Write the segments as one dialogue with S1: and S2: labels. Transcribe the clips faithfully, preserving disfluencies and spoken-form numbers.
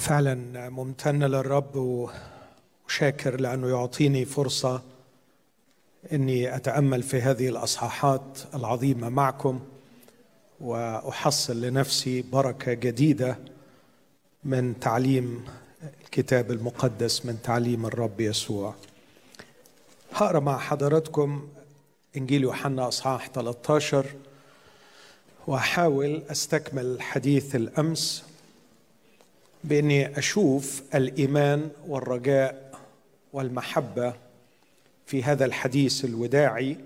S1: فعلا ممتن للرب وشاكر لأنه يعطيني فرصة أني أتأمل في هذه الأصحاحات العظيمة معكم وأحصل لنفسي بركة جديدة من تعليم الكتاب المقدس، من تعليم الرب يسوع. هقرأ مع حضراتكم إنجيل يوحنا أصحاح ثلاثة عشر وأحاول أستكمل حديث الأمس بإني أشوف الإيمان والرجاء والمحبة في هذا الحديث الوداعي،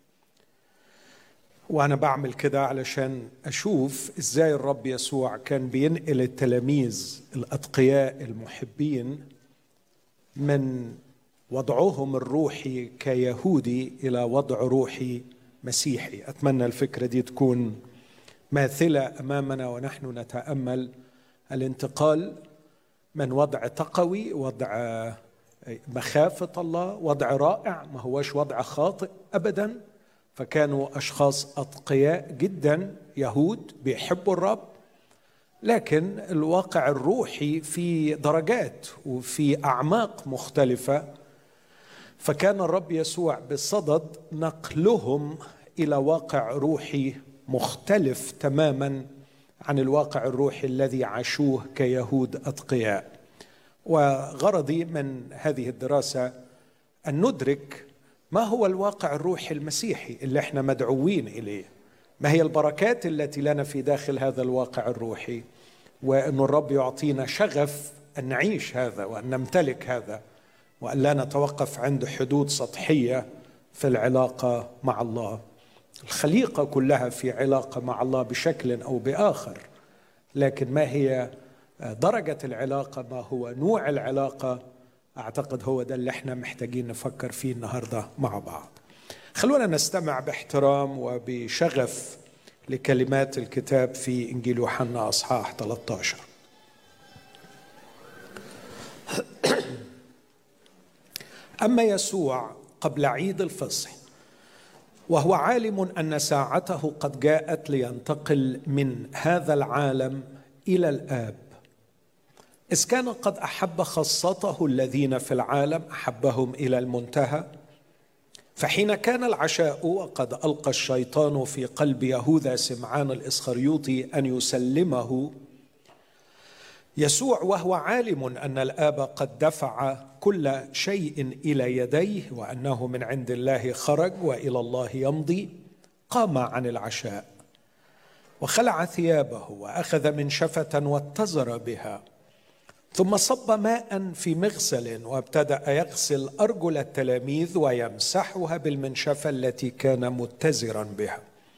S1: وأنا بعمل كده علشان أشوف إزاي الرب يسوع كان بينقل التلاميذ الأتقياء المحبين من وضعهم الروحي كيهودي إلى وضع روحي مسيحي. أتمنى الفكرة دي تكون ماثلة أمامنا ونحن نتأمل الانتقال من وضع تقوي، وضع مخافة الله، وضع رائع، ما هوش وضع خاطئ أبدا. فكانوا أشخاص أتقياء جدا، يهود بيحبوا الرب، لكن الواقع الروحي في درجات وفي أعماق مختلفة. فكان الرب يسوع بصدد نقلهم إلى واقع روحي مختلف تماما عن الواقع الروحي الذي عاشوه كيهود أتقياء. وغرضي من هذه الدراسة أن ندرك ما هو الواقع الروحي المسيحي اللي احنا مدعوين إليه، ما هي البركات التي لنا في داخل هذا الواقع الروحي، وأن الرب يعطينا شغف أن نعيش هذا وأن نمتلك هذا، وأن لا نتوقف عند حدود سطحية في العلاقة مع الله. الخليقة كلها في علاقة مع الله بشكل أو بآخر، لكن ما هي درجة العلاقة، ما هو نوع العلاقة، أعتقد هو ده اللي احنا محتاجين نفكر فيه النهاردة مع بعض. خلونا نستمع باحترام وبشغف لكلمات الكتاب في إنجيل يوحنا أصحاح ثلاثة عشر. أما يسوع قبل عيد الفصح وهو عالم أن ساعته قد جاءت لينتقل من هذا العالم إلى الآب، إذ كان قد أحب خاصته الذين في العالم أحبهم إلى المنتهى. فحين كان العشاء وقد ألقى الشيطان في قلب يهوذا سمعان الإسخريوطي أن يسلمه، يسوع وهو عالم أن الآب قد دفع كل شيء إلى يديه وأنه من عند الله خرج وإلى الله يمضي، قام عن العشاء وخلع ثيابه وأخذ منشفة واتزر بها، ثم صب ماء في مغسل وابتدأ يغسل أرجل التلاميذ ويمسحها بالمنشفة التي كان متزرا بها.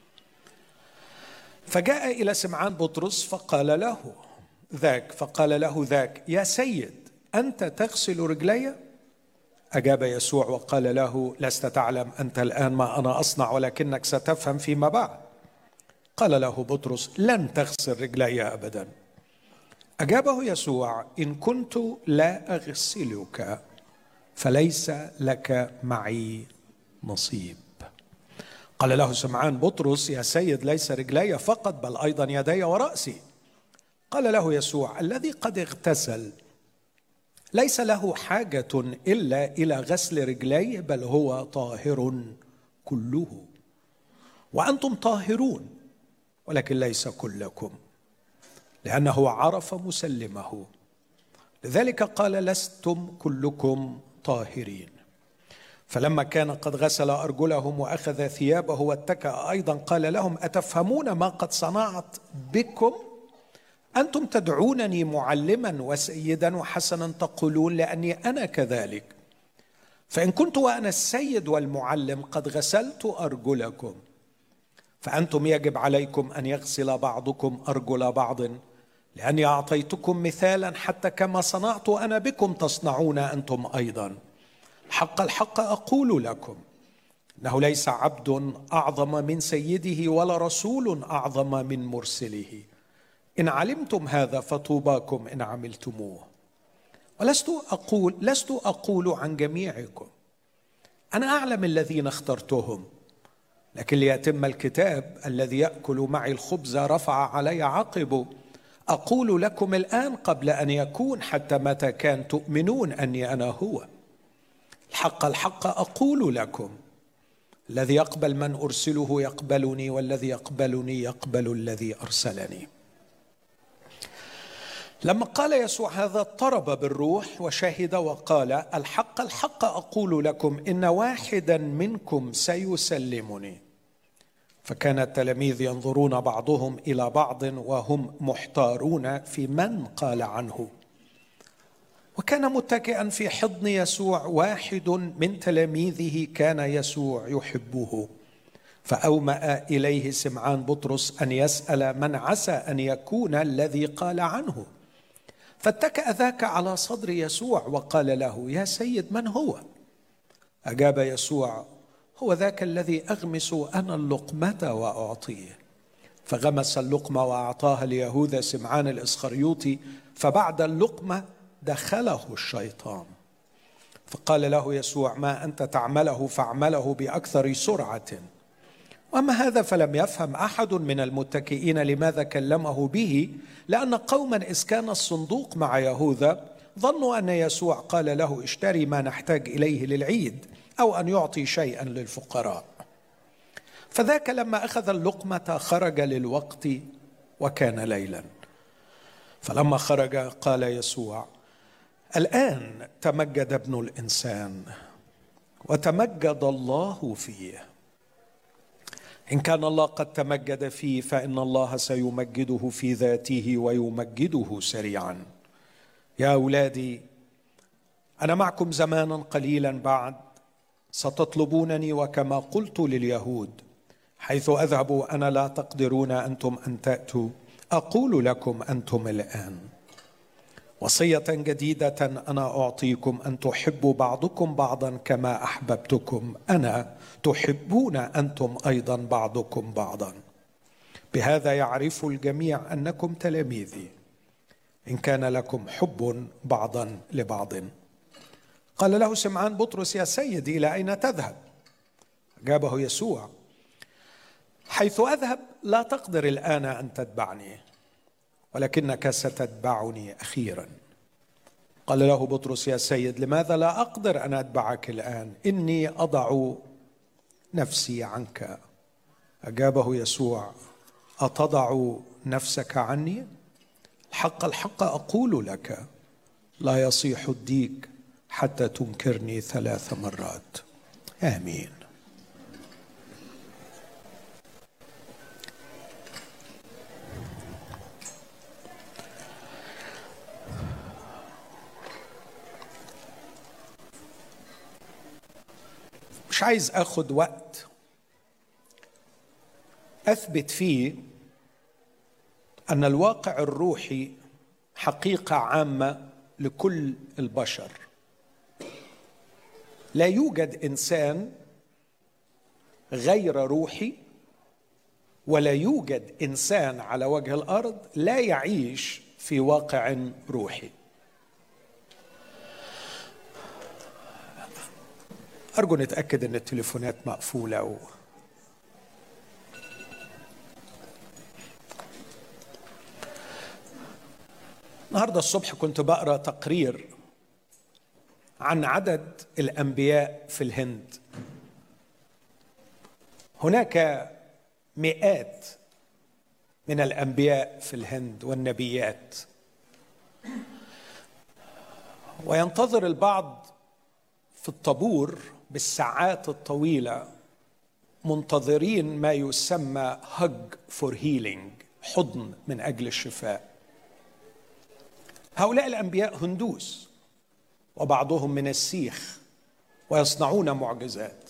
S1: فجاء إلى سمعان بطرس فقال له ذاك فقال له ذاك يا سيد، أنت تغسل رجلي؟ أجاب يسوع وقال له لست تعلم أنت الآن ما أنا أصنع، ولكنك ستفهم فيما بعد. قال له بطرس لن تغسل رجلي أبدا. أجابه يسوع إن كنت لا أغسلك فليس لك معي نصيب. قال له سمعان بطرس يا سيد، ليس رجلي فقط بل أيضا يدي ورأسي. قال له يسوع الذي قد اغتسل ليس له حاجة إلا إلى غسل رجليه، بل هو طاهر كله. وأنتم طاهرون ولكن ليس كلكم، لأنه عرف مسلمه، لذلك قال لستم كلكم طاهرين. فلما كان قد غسل أرجلهم وأخذ ثيابه واتكأ أيضا قال لهم أتفهمون ما قد صنعت بكم؟ أنتم تدعونني معلما وسيدا وحسنا تقولون لأني أنا كذلك. فإن كنت وأنا السيد والمعلم قد غسلت أرجلكم، فأنتم يجب عليكم أن يغسل بعضكم أرجل بعض، لأني أعطيتكم مثالا حتى كما صنعت أنا بكم تصنعون أنتم أيضا. الحق الحق أقول لكم إنه ليس عبد أعظم من سيده ولا رسول أعظم من مرسله. إن علمتم هذا فطوباكم إن عملتموه. ولست أقول لست أقول عن جميعكم، أنا أعلم الذين اخترتهم، لكن ليتم الكتاب الذي يأكل معي الخبز رفع علي عقبه. أقول لكم الآن قبل أن يكون، حتى متى كان تؤمنون أني أنا هو. الحق الحق أقول لكم، الذي يقبل من أرسله يقبلني، والذي يقبلني يقبل الذي أرسلني. لما قال يسوع هذا اضطرب بالروح وشهد وقال: الحق الحق أقول لكم إن واحدا منكم سيسلمني. فكان التلاميذ ينظرون بعضهم إلى بعض وهم محتارون في من قال عنه. وكان متكئا في حضن يسوع واحد من تلاميذه كان يسوع يحبه، فأومأ إليه سمعان بطرس أن يسأل من عسى أن يكون الذي قال عنه. فاتكأ ذاك على صدر يسوع وقال له: يا سيد، من هو؟ أجاب يسوع: هو ذاك الذي أغمس أنا اللقمة وأعطيه. فغمس اللقمة وأعطاها ليهوذا سمعان الإسخريوطي، فبعد اللقمة دخله الشيطان. فقال له يسوع: ما أنت تعمله فاعمله بأكثر سرعة. وأما هذا فلم يفهم أحد من المتكئين لماذا كلمه به، لأن قوما إذ كان الصندوق مع يهوذا ظنوا أن يسوع قال له: اشتري ما نحتاج إليه للعيد، أو أن يعطي شيئا للفقراء. فذاك لما أخذ اللقمة خرج للوقت، وكان ليلا. فلما خرج قال يسوع: الآن تمجد ابن الإنسان، وتمجد الله فيه. إن كان الله قد تمجد فيه، فإن الله سيمجده في ذاته ويمجده سريعا. يا أولادي، أنا معكم زمانا قليلا بعد، ستطلبونني، وكما قلت لليهود: حيث أذهب أنا لا تقدرون أنتم أن تأتوا، أقول لكم أنتم الآن. وصية جديدة أنا أعطيكم، أن تحبوا بعضكم بعضا كما أحببتكم أنا، تحبون أنتم أيضا بعضكم بعضا. بهذا يعرف الجميع أنكم تلاميذي، إن كان لكم حب بعضا لبعض. قال له سمعان بطرس: يا سيدي، إلى أين تذهب؟ أجابه يسوع: حيث أذهب لا تقدر الآن أن تتبعني، ولكنك ستتبعني أخيرا. قال له بطرس: يا سيد، لماذا لا أقدر أن أتبعك الآن؟ إني أضع نفسي عنك. أجابه يسوع: أتضع نفسك عني؟ الحق الحق أقول لك، لا يصيح الديك حتى تنكرني ثلاث مرات. آمين. مش عايز أخذ وقت أثبت فيه أن الواقع الروحي حقيقة عامة لكل البشر. لا يوجد إنسان غير روحي، ولا يوجد إنسان على وجه الأرض لا يعيش في واقع روحي. أرجو نتأكد أن التليفونات مقفولة. و... النهاردة الصبح كنت بقرأ تقرير عن عدد الأنبياء في الهند. هناك مئات من الأنبياء في الهند والنبيات، وينتظر البعض في الطابور بالساعات الطويلة منتظرين ما يسمى hug for healing، حضن من أجل الشفاء. هؤلاء الأنبياء هندوس، وبعضهم من السيخ، ويصنعون معجزات.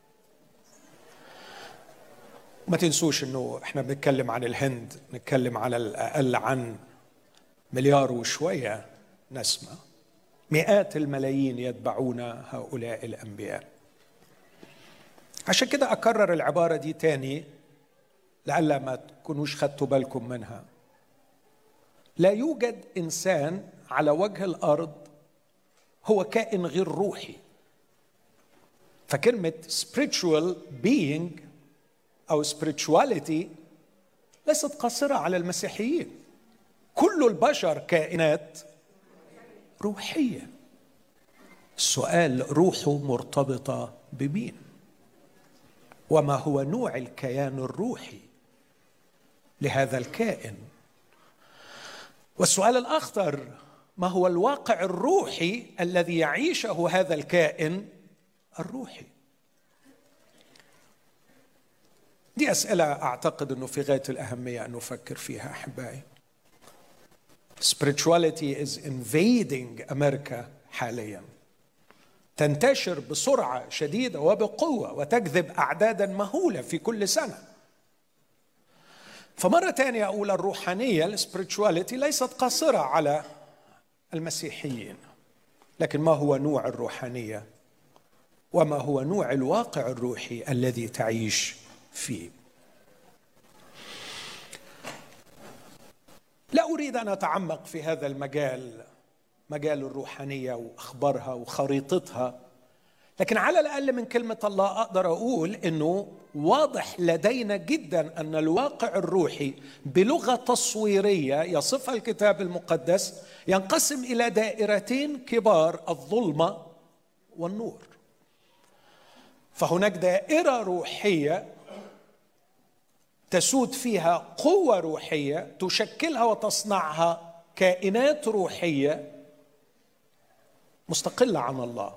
S1: ما تنسوش أنه إحنا بنتكلم عن الهند، نتكلم على الأقل عن مليار وشوية نسمة. مئات الملايين يتبعون هؤلاء الأنبياء. عشان كده أكرر العبارة دي تاني لعل ما تكونوش خدتوا بالكم منها. لا يوجد إنسان على وجه الأرض هو كائن غير روحي. فكلمة spiritual being أو spirituality ليست قاصرة على المسيحيين. كل البشر كائنات روحية. السؤال روحه مرتبطة بمين؟ وما هو نوع الكيان الروحي لهذا الكائن؟ والسؤال الأخطر، ما هو الواقع الروحي الذي يعيشه هذا الكائن الروحي؟ دي أسئلة أعتقد أنه في غاية الأهمية أن نفكر فيها أحبائي. Spirituality is invading أمريكا حاليا، تنتشر بسرعة شديدة وبقوة وتجذب أعدادا مهولة في كل سنة. فمرة تانية أقول الروحانية السبريتشواليتي ليست قاصرة على المسيحيين، لكن ما هو نوع الروحانية وما هو نوع الواقع الروحي الذي تعيش فيه؟ لا أريد أن أتعمق في هذا المجال، مجال الروحانية وأخبارها وخريطتها، لكن على الأقل من كلمة الله أقدر أقول أنه واضح لدينا جدا أن الواقع الروحي بلغة تصويرية يصفها الكتاب المقدس ينقسم إلى دائرتين كبار، الظلمة والنور. فهناك دائرة روحية تسود فيها قوة روحية تشكلها وتصنعها كائنات روحية مستقلة عن الله،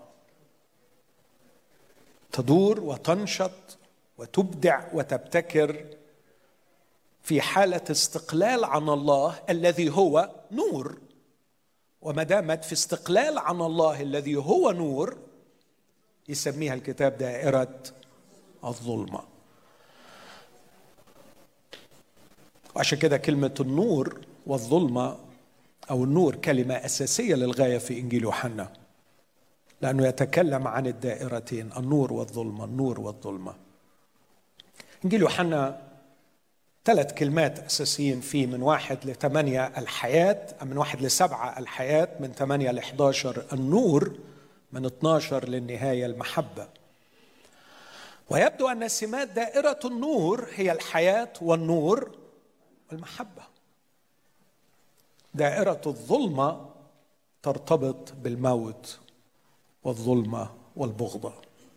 S1: تدور وتنشط وتبدع وتبتكر في حالة استقلال عن الله الذي هو نور. وما دامت في استقلال عن الله الذي هو نور يسميها الكتاب دائرة الظلمة. وعشان كده كلمة النور والظلمة أو النور كلمة أساسية للغاية في إنجيل يوحنا، لأنه يتكلم عن الدائرتين، النور والظلمة، النور والظلمة. إنجيل يوحنا ثلاث كلمات أساسيين فيه، من واحد لثمانية الحياة، من واحد لسبعة الحياة، من ثمانية لإحداشر النور، من اثناشر للنهاية المحبة. ويبدو أن سمات دائرة النور هي الحياة والنور والمحبة. دائرة الظلمة ترتبط بالموت والظلمة والبغضة.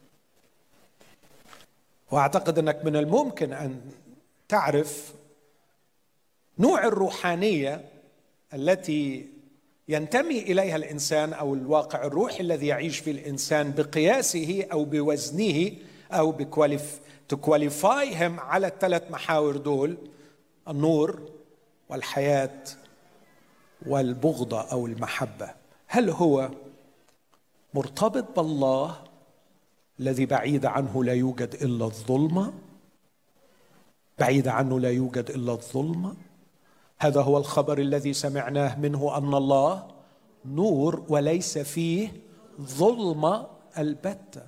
S1: وأعتقد أنك من الممكن أن تعرف نوع الروحانية التي ينتمي إليها الإنسان أو الواقع الروحي الذي يعيش فيه الإنسان بقياسه أو بوزنه أو بكواليف تكواليفايهم على الثلاث محاور دول، النور والحياة والبغضة أو المحبة. هل هو مرتبط بالله الذي بعيد عنه لا يوجد إلا الظلمة؟ بعيد عنه لا يوجد إلا الظلمة. هذا هو الخبر الذي سمعناه منه، أن الله نور وليس فيه ظلمة البتة.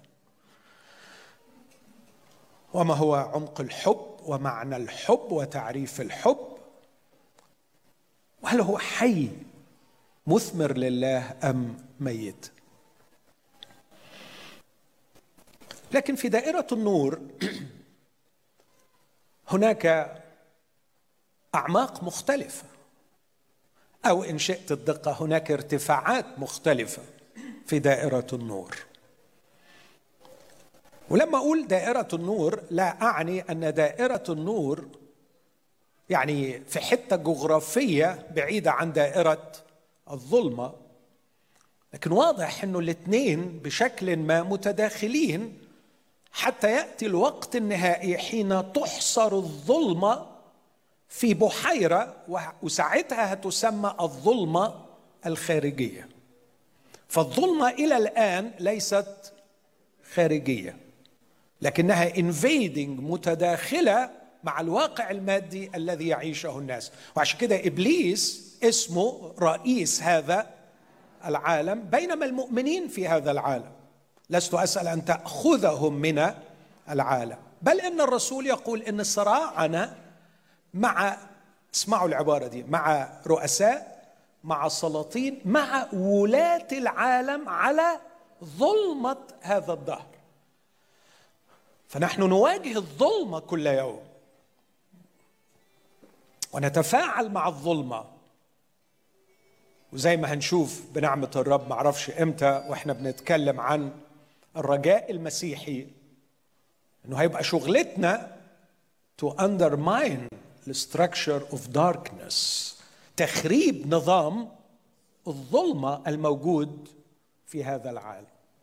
S1: وما هو عمق الحب ومعنى الحب وتعريف الحب؟ وهل هو حي مثمر لله أم ميت؟ لكن في دائرة النور هناك أعماق مختلفة، أو إن شئت الدقة هناك ارتفاعات مختلفة في دائرة النور. ولما أقول دائرة النور لا أعني أن دائرة النور يعني في حتة جغرافية بعيدة عن دائرة الظلمة، لكن واضح أنه الاثنين بشكل ما متداخلين حتى يأتي الوقت النهائي حين تحصر الظلمة في بحيرة، وساعتها هتسمى الظلمة الخارجية. فالظلمة إلى الآن ليست خارجية، لكنها invading متداخلة مع الواقع المادي الذي يعيشه الناس. وعشان كده إبليس اسمه رئيس هذا العالم، بينما المؤمنين في هذا العالم لست أسأل أن تأخذهم من العالم، بل إن الرسول يقول إن صراعنا مع، اسمعوا العبارة دي، مع رؤساء، مع سلاطين، مع ولاة العالم على ظلمة هذا الدهر. فنحن نواجه الظلمة كل يوم ونتفاعل مع الظلمة وزي ما هنشوف بنعمة الرب معرفش امتى واحنا بنتكلم عن الرجاء المسيحي، انه هيبقى شغلتنا to undermine the structure of darkness، تخريب نظام الظلمة الموجود في هذا العالم.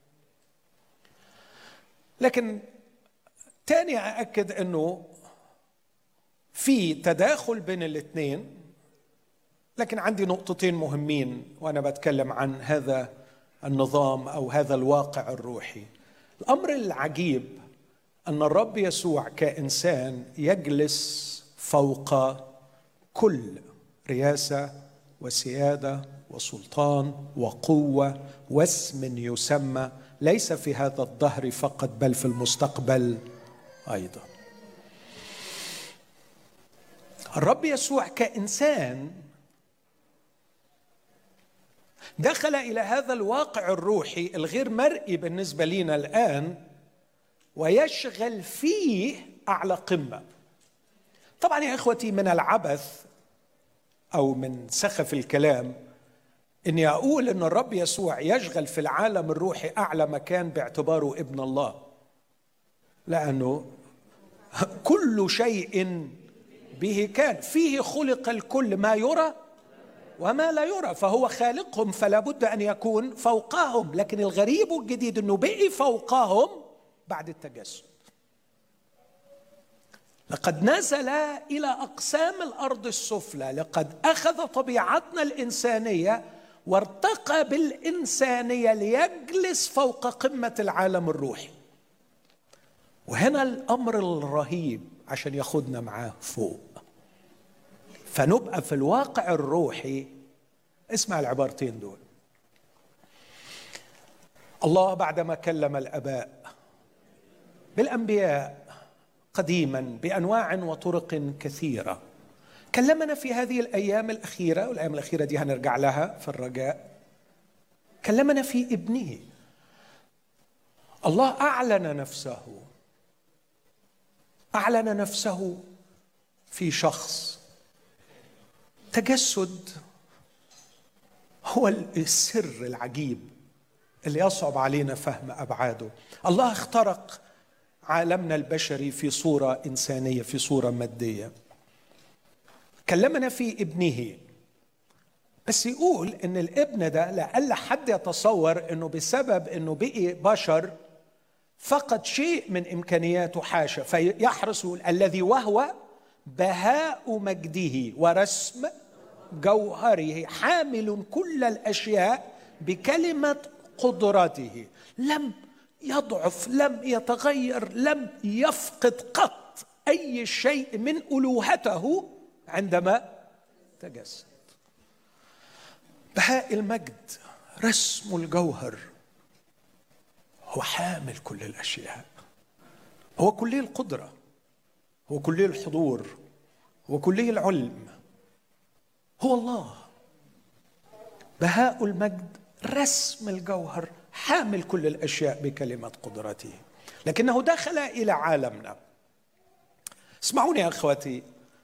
S1: لكن تاني أأكد أنه في تداخل بين الاثنين، لكن عندي نقطتين مهمين وأنا بتكلم عن هذا النظام أو هذا الواقع الروحي. الأمر العجيب أن الرب يسوع كإنسان يجلس فوق كل رياسة وسيادة وسلطان وقوة واسم يسمى، ليس في هذا الدهر فقط بل في المستقبل أيضا. الرب يسوع كإنسان دخل إلى هذا الواقع الروحي الغير مرئي بالنسبة لنا الآن ويشغل فيه أعلى قمة. طبعا يا إخوتي من العبث أو من سخف الكلام إني أقول إن الرب يسوع يشغل في العالم الروحي أعلى مكان باعتباره ابن الله، لأنه كل شيء به كان، فيه خلق الكل ما يرى وما لا يرى، فهو خالقهم فلا بد أن يكون فوقهم. لكن الغريب والجديد أنه بقي فوقهم بعد التجسد. لقد نزل إلى أقسام الأرض السفلى، لقد أخذ طبيعتنا الإنسانية وارتقى بالإنسانية ليجلس فوق قمة العالم الروحي. وهنا الأمر الرهيب عشان ياخدنا معاه فوق، فنبقى في الواقع الروحي. اسمع العبارتين دول. الله بعدما كلم الآباء بالأنبياء قديما بأنواع وطرق كثيرة، كلمنا في هذه الأيام الأخيرة، والأيام الأخيرة دي هنرجع لها في الرجاء، كلمنا في ابنه. الله أعلن نفسه، أعلن نفسه في شخص. تجسد هو السر العجيب اللي يصعب علينا فهم أبعاده. الله اخترق عالمنا البشري في صورة إنسانية، في صورة مادية، كلمنا في ابنه. بس يقول إن الابن ده لعل حد يتصور إنه بسبب إنه بقي بشر فقد شيء من إمكانياته، حاشا، فيحرص الذي وهو بهاء مجده ورسم جوهره حامل كل الأشياء بكلمة قدرته، لم يضعف، لم يتغير، لم يفقد قط أي شيء من ألوهته عندما تجسد. بهاء المجد، رسم الجوهر، هو حامل كل الأشياء، هو كلي القدرة، هو كلي الحضور، هو كلي العلم، هو الله. بهاء المجد، رسم الجوهر، حامل كل الأشياء بكلمة قدرته. لكنه دخل إلى عالمنا. اسمعوني يا أخواتي،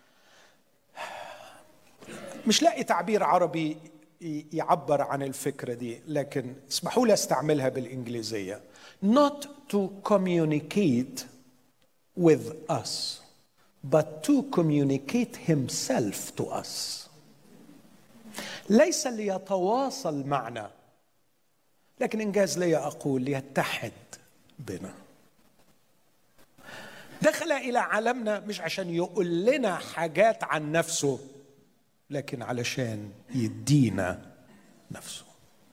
S1: مش لاقي تعبير عربي يعبر عن الفكرة دي، لكن اسمحوا لي استعملها بالإنجليزية. Not to communicate with us, but to communicate himself to us. ليس ليتواصل معنا، لكن إنجاز لي أقول ليتحد بنا. دخل إلى عالمنا مش عشان يقول لنا حاجات عن نفسه، لكن علشان يدينا نفسه.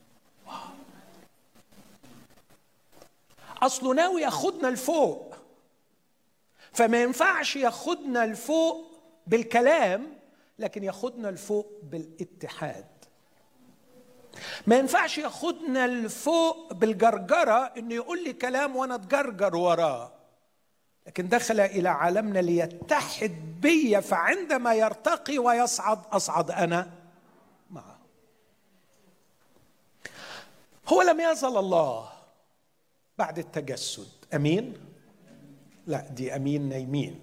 S1: أصله ناوي ياخدنا لفوق، فما ينفعش ياخدنا لفوق بالكلام، لكن ياخدنا لفوق بالاتحاد. ما ينفعش ياخدنا لفوق بالجرجرة، إنه يقول لي كلام وأنا أتجرجر وراه، لكن دخل إلى عالمنا ليتحد بي، فعندما يرتقي ويصعد أصعد أنا معه. هو لم يزل الله بعد التجسد. أمين؟ لا، دي أمين نايمين.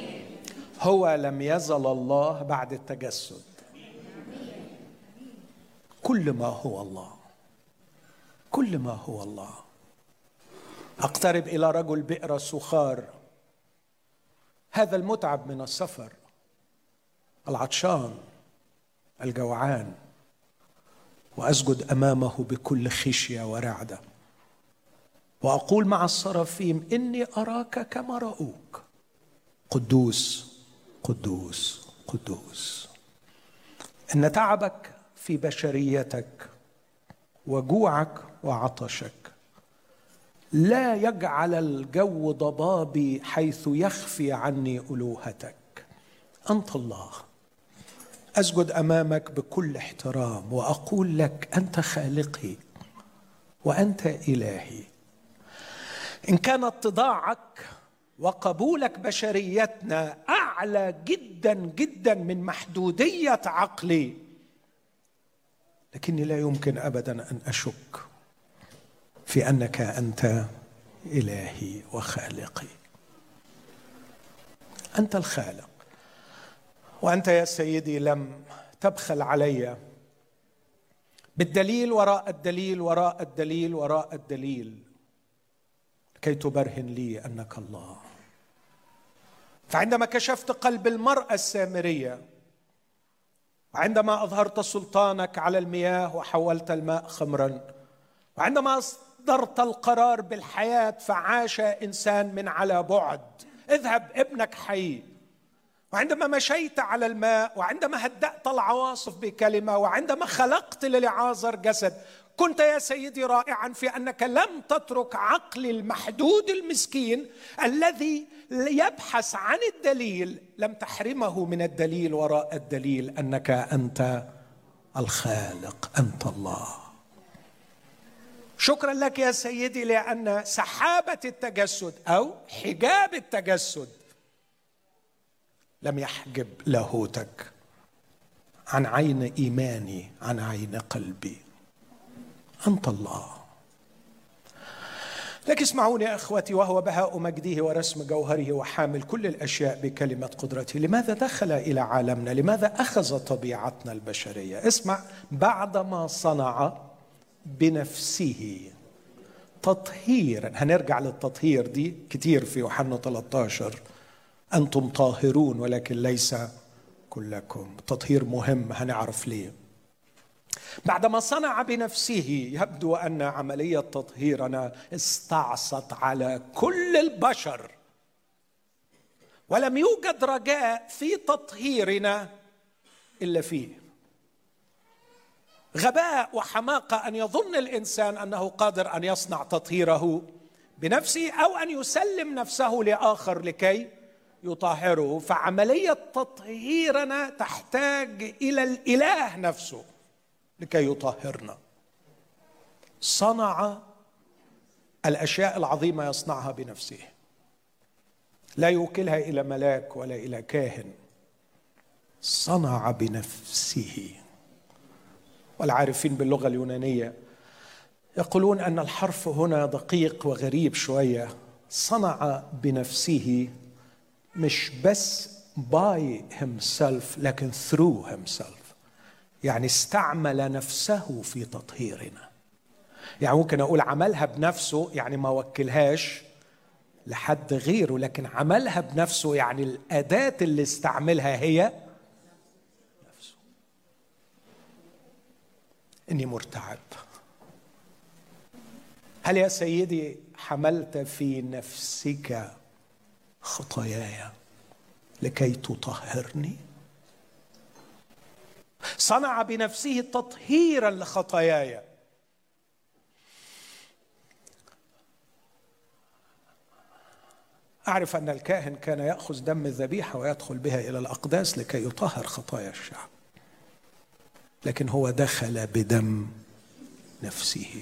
S1: هو لم يزل الله بعد التجسد. كل ما هو الله، كل ما هو الله. أقترب إلى رجل بئر سخار، هذا المتعب من السفر، العطشان الجوعان، وأسجد أمامه بكل خشية ورعدة، وأقول مع الصرافيم: إني أراك كما رأوك، قدوس قدوس قدوس. إن تعبك في بشريتك وجوعك وعطشك لا يجعل الجو ضبابي حيث يخفي عني ألوهتك. أنت الله. أسجد أمامك بكل احترام وأقول لك: أنت خالقي وأنت إلهي. إن كان اتضاعك وقبولك بشريتنا أعلى جدا جدا من محدودية عقلي، لكني لا يمكن أبدا أن أشك في أنك أنت إلهي وخالقي. أنت الخالق، وأنت يا سيدي لم تبخل علي بالدليل وراء الدليل وراء الدليل وراء الدليل كي تبرهن لي أنك الله. فعندما كشفت قلب المرأة السامرية، وعندما أظهرت سلطانك على المياه وحولت الماء خمرا، وعندما أصدرت القرار بالحياة فعاش إنسان من على بعد، اذهب ابنك حي، وعندما مشيت على الماء، وعندما هدأت العواصف بكلمة، وعندما خلقت للعازر جسد، كنت يا سيدي رائعا في أنك لم تترك عقلي المحدود المسكين الذي يبحث عن الدليل، لم تحرمه من الدليل وراء الدليل أنك أنت الخالق، أنت الله. شكرا لك يا سيدي لأن سحابة التجسد أو حجاب التجسد لم يحجب لاهوتك عن عين إيماني، عن عين قلبي. أنت الله. لكن اسمعوني يا أخوتي، وهو بهاء مجده ورسم جوهره وحامل كل الأشياء بكلمة قدرته، لماذا دخل إلى عالمنا؟ لماذا أخذ طبيعتنا البشرية؟ اسمع: بعدما صنع بنفسه تطهيرا. هنرجع للتطهير دي كتير في يوحنا ثلاثة عشر، أنتم طاهرون ولكن ليس كلكم. تطهير مهم، هنعرف ليه. بعدما صنع بنفسه، يبدو أن عملية تطهيرنا استعصت على كل البشر، ولم يوجد رجاء في تطهيرنا إلا فيه. غباء وحماقة أن يظن الإنسان أنه قادر أن يصنع تطهيره بنفسه أو أن يسلم نفسه لآخر لكي يطهره. فعملية تطهيرنا تحتاج إلى الإله نفسه لكي يطهرنا. صنع الأشياء العظيمة يصنعها بنفسه، لا يوكلها إلى ملاك ولا إلى كاهن، صنع بنفسه. والعارفين باللغة اليونانية يقولون أن الحرف هنا دقيق وغريب شوية. صنع بنفسه مش بس by himself لكن through himself، يعني استعمل نفسه في تطهيرنا. يعني ممكن أقول عملها بنفسه، يعني ما وكلهاش لحد غيره، لكن عملها بنفسه يعني الأداة اللي استعملها هي نفسه. إني مرتعب. هل يا سيدي حملت في نفسك خطاياي لكي تطهرني؟ صنع بنفسه تطهيرا لخطاياي. أعرف أن الكاهن كان يأخذ دم الذبيحة ويدخل بها إلى الأقداس لكي يطهر خطايا الشعب، لكن هو دخل بدم نفسه.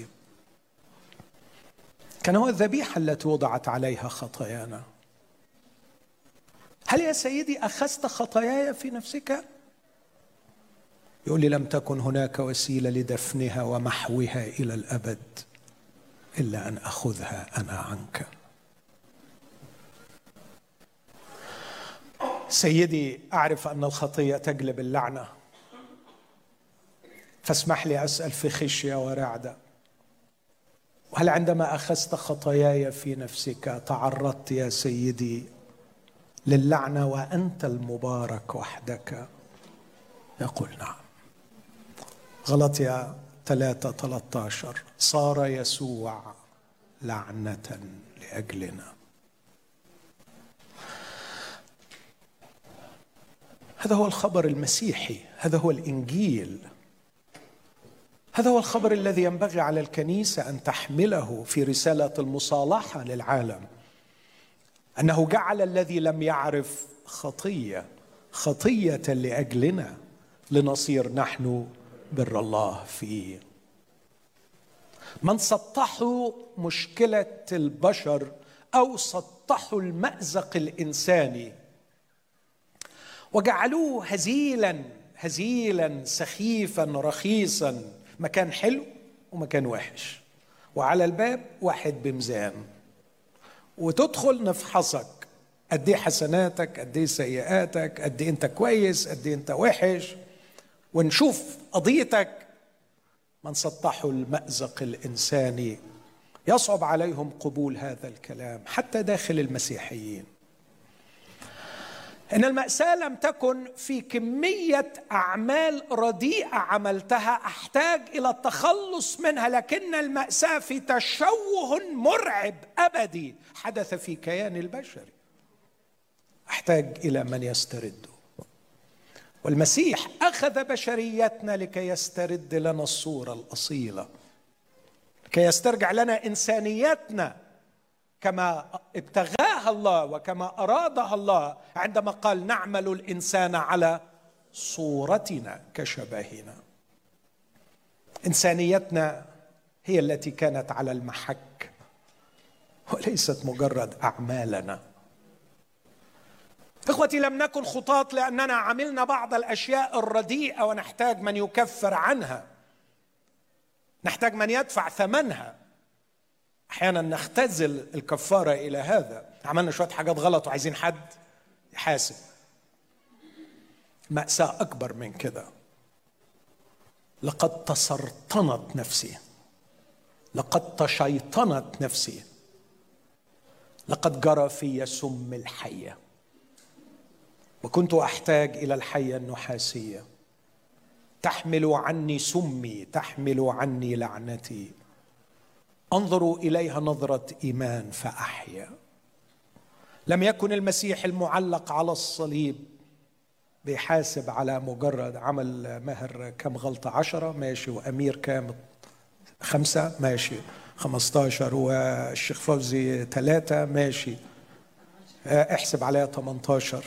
S1: كان هو الذبيحة التي وضعت عليها خطايانا. هل يا سيدي أخذت خطاياي في نفسك؟ يقول لي: لم تكن هناك وسيلة لدفنها ومحوها إلى الأبد إلا أن أخذها أنا عنك. سيدي، أعرف أن الخطية تجلب اللعنة، فاسمح لي أسأل في خشية ورعدة، وهل عندما أخذت خطاياي في نفسك تعرضت يا سيدي للعنة وأنت المبارك وحدك؟ يقول نعم. غلطية ثلاثة ثلاثة عشر، صار يسوع لعنة لأجلنا. هذا هو الخبر المسيحي، هذا هو الإنجيل، هذا هو الخبر الذي ينبغي على الكنيسة أن تحمله في رسالة المصالحة للعالم، أنه جعل الذي لم يعرف خطية خطية لأجلنا لنصير نحن بر الله فيه. من سطحوا مشكلة البشر أو سطحوا المأزق الإنساني وجعلوه هزيلا هزيلا سخيفا رخيصا، مكان حلو ومكان وحش، وعلى الباب واحد بميزان، وتدخل نفحصك قد ايه حسناتك، قد ايه سيئاتك، قد ايه انت كويس، قد ايه انت وحش، ونشوف قضيتك. من سطحوا المأزق الإنساني يصعب عليهم قبول هذا الكلام حتى داخل المسيحيين. إن المأساة لم تكن في كمية أعمال رديئة عملتها أحتاج إلى التخلص منها، لكن المأساة في تشوه مرعب أبدي حدث في كيان البشري أحتاج إلى من يسترده. والمسيح أخذ بشريتنا لكي يسترد لنا الصورة الأصيلة، لكي يسترجع لنا إنسانيتنا كما ابتغاها الله وكما أرادها الله عندما قال نعمل الإنسان على صورتنا كشبهنا. إنسانيتنا هي التي كانت على المحك وليست مجرد أعمالنا. إخوتي، لم نكن خطاة لأننا عملنا بعض الأشياء الرديئة ونحتاج من يكفر عنها، نحتاج من يدفع ثمنها. أحيانا نختزل الكفارة إلى هذا، عملنا شوية حاجات غلط وعايزين حد يحاسب. مأساة أكبر من كده. لقد تسرطنت نفسي، لقد تشيطنت نفسي، لقد جرى في سم الحية، وكنت أحتاج إلى الحية النحاسية تحمل عني سمي، تحمل عني لعنتي، انظروا إليها نظرة إيمان فأحيا. لم يكن المسيح المعلق على الصليب بيحاسب على مجرد عمل ماهر كم غلطة، عشرة ماشي، وأمير كام خمسة ماشي، خمستاشر، والشيخ فوزي ثلاثة ماشي، احسب عليها ثمانتاشر.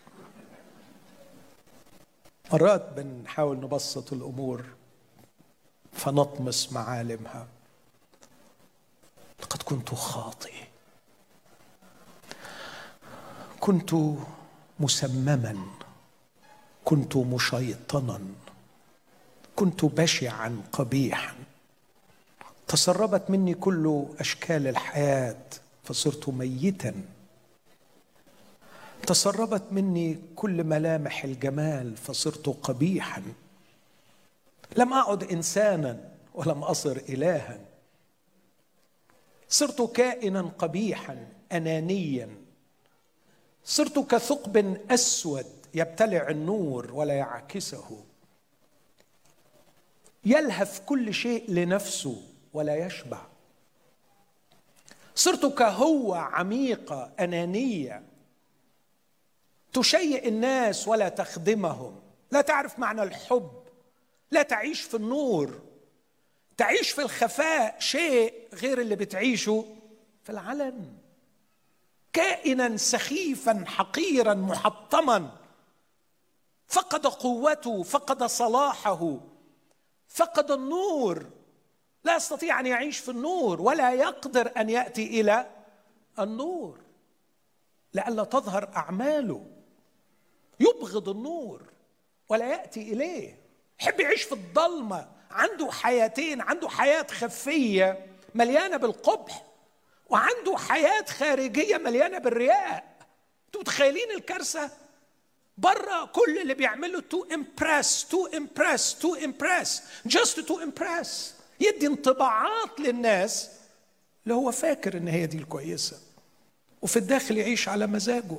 S1: مرات بنحاول نبسط الأمور فنطمس معالمها. لقد كنت خاطئ، كنت مسمما، كنت مشيطنا، كنت بشعا قبيحا، تسربت مني كل أشكال الحياة فصرت ميتا، تسربت مني كل ملامح الجمال فصرت قبيحا، لم أعد إنسانا ولم أصر إلها، صرت كائنا قبيحا أنانيا، صرت كثقب أسود يبتلع النور ولا يعكسه، يلهف كل شيء لنفسه ولا يشبع، صرت كهوة عميقة أنانية تشيء الناس ولا تخدمهم، لا تعرف معنى الحب، لا تعيش في النور، تعيش في الخفاء، شيء غير اللي بتعيشه في العلن، كائنا سخيفا حقيرا محطما، فقد قوته، فقد صلاحه، فقد النور، لا يستطيع أن يعيش في النور ولا يقدر أن يأتي إلى النور لئلا تظهر أعماله، يبغض النور ولا يأتي إليه، يحب يعيش في الضلمة، عنده حياتين، عنده حياة خفية مليانة بالقبح وعنده حياة خارجية مليانة بالرياء. انتوا متخيلين الكارثة؟ بره كل اللي بيعمله to impress to impress to impress just to impress، يدي انطباعات للناس اللي هو فاكر ان هي دي الكويسة، وفي الداخل يعيش على مزاجه،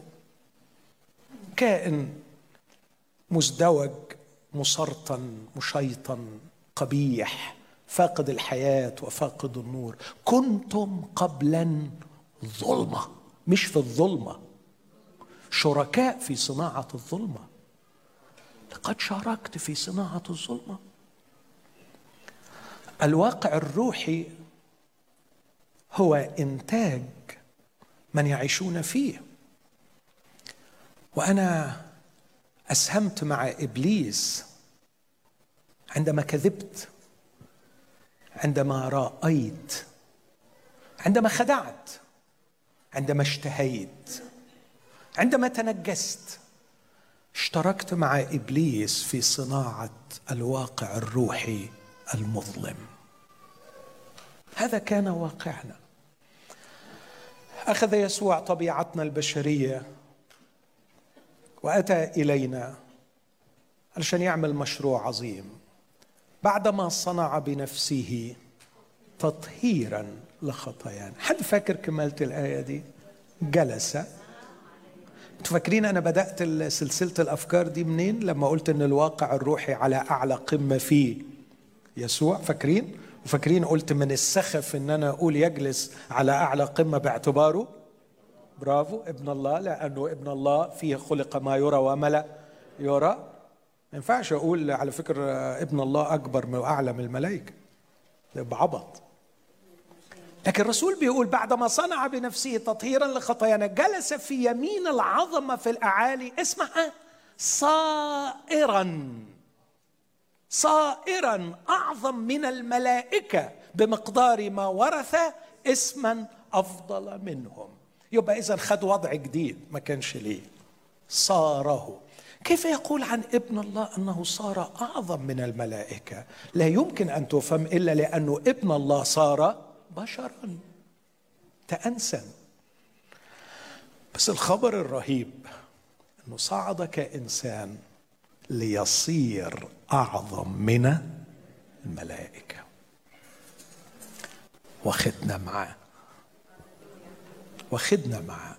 S1: كائن مزدوج مسرطن مشيطن قبيح فاقد الحياة وفاقد النور. كنتم قبلا ظلمة، مش في الظلمة، شركاء في صناعة الظلمة. لقد شاركت في صناعة الظلمة. الواقع الروحي هو إنتاج من يعيشون فيه. وأنا أسهمت مع إبليس عندما كذبت، عندما رأيت، عندما خدعت، عندما اشتهيت، عندما تنجست. اشتركت مع إبليس في صناعة الواقع الروحي المظلم. هذا كان واقعنا. أخذ يسوع طبيعتنا البشرية وأتى إلينا علشان يعمل مشروع عظيم. بعدما صنع بنفسه تطهيرا لخطايانا. حد فاكر كمالة الآية دي؟ جلس. انتوا فاكرين أنا بدأت سلسلة الأفكار دي منين؟ لما قلت إن الواقع الروحي على أعلى قمة فيه يسوع. فاكرين؟ وفاكرين قلت من السخف إن أنا أقول يجلس على أعلى قمة باعتباره برافو ابن الله، لأنه ابن الله فيه خلق ما يرى وما لا يرى. ما ينفعش أقول على فكرة ابن الله أكبر وأعلى من الملائكة، ده بعبط. لكن الرسول بيقول بعدما صنع بنفسه تطهيرا لخطايانا جلس في يمين العظمة في الأعالي، اسمها صائرا صائرا أعظم من الملائكة بمقدار ما ورث اسما أفضل منهم. يبقى إذن خد وضع جديد ما كانش ليه، صاره. كيف يقول عن ابن الله أنه صار أعظم من الملائكة؟ لا يمكن أن تفهم إلا لأنه ابن الله صار بشرا تأنسا. بس الخبر الرهيب أنه صعد كإنسان ليصير أعظم من الملائكة. واخدنا معاه واخدنا معاه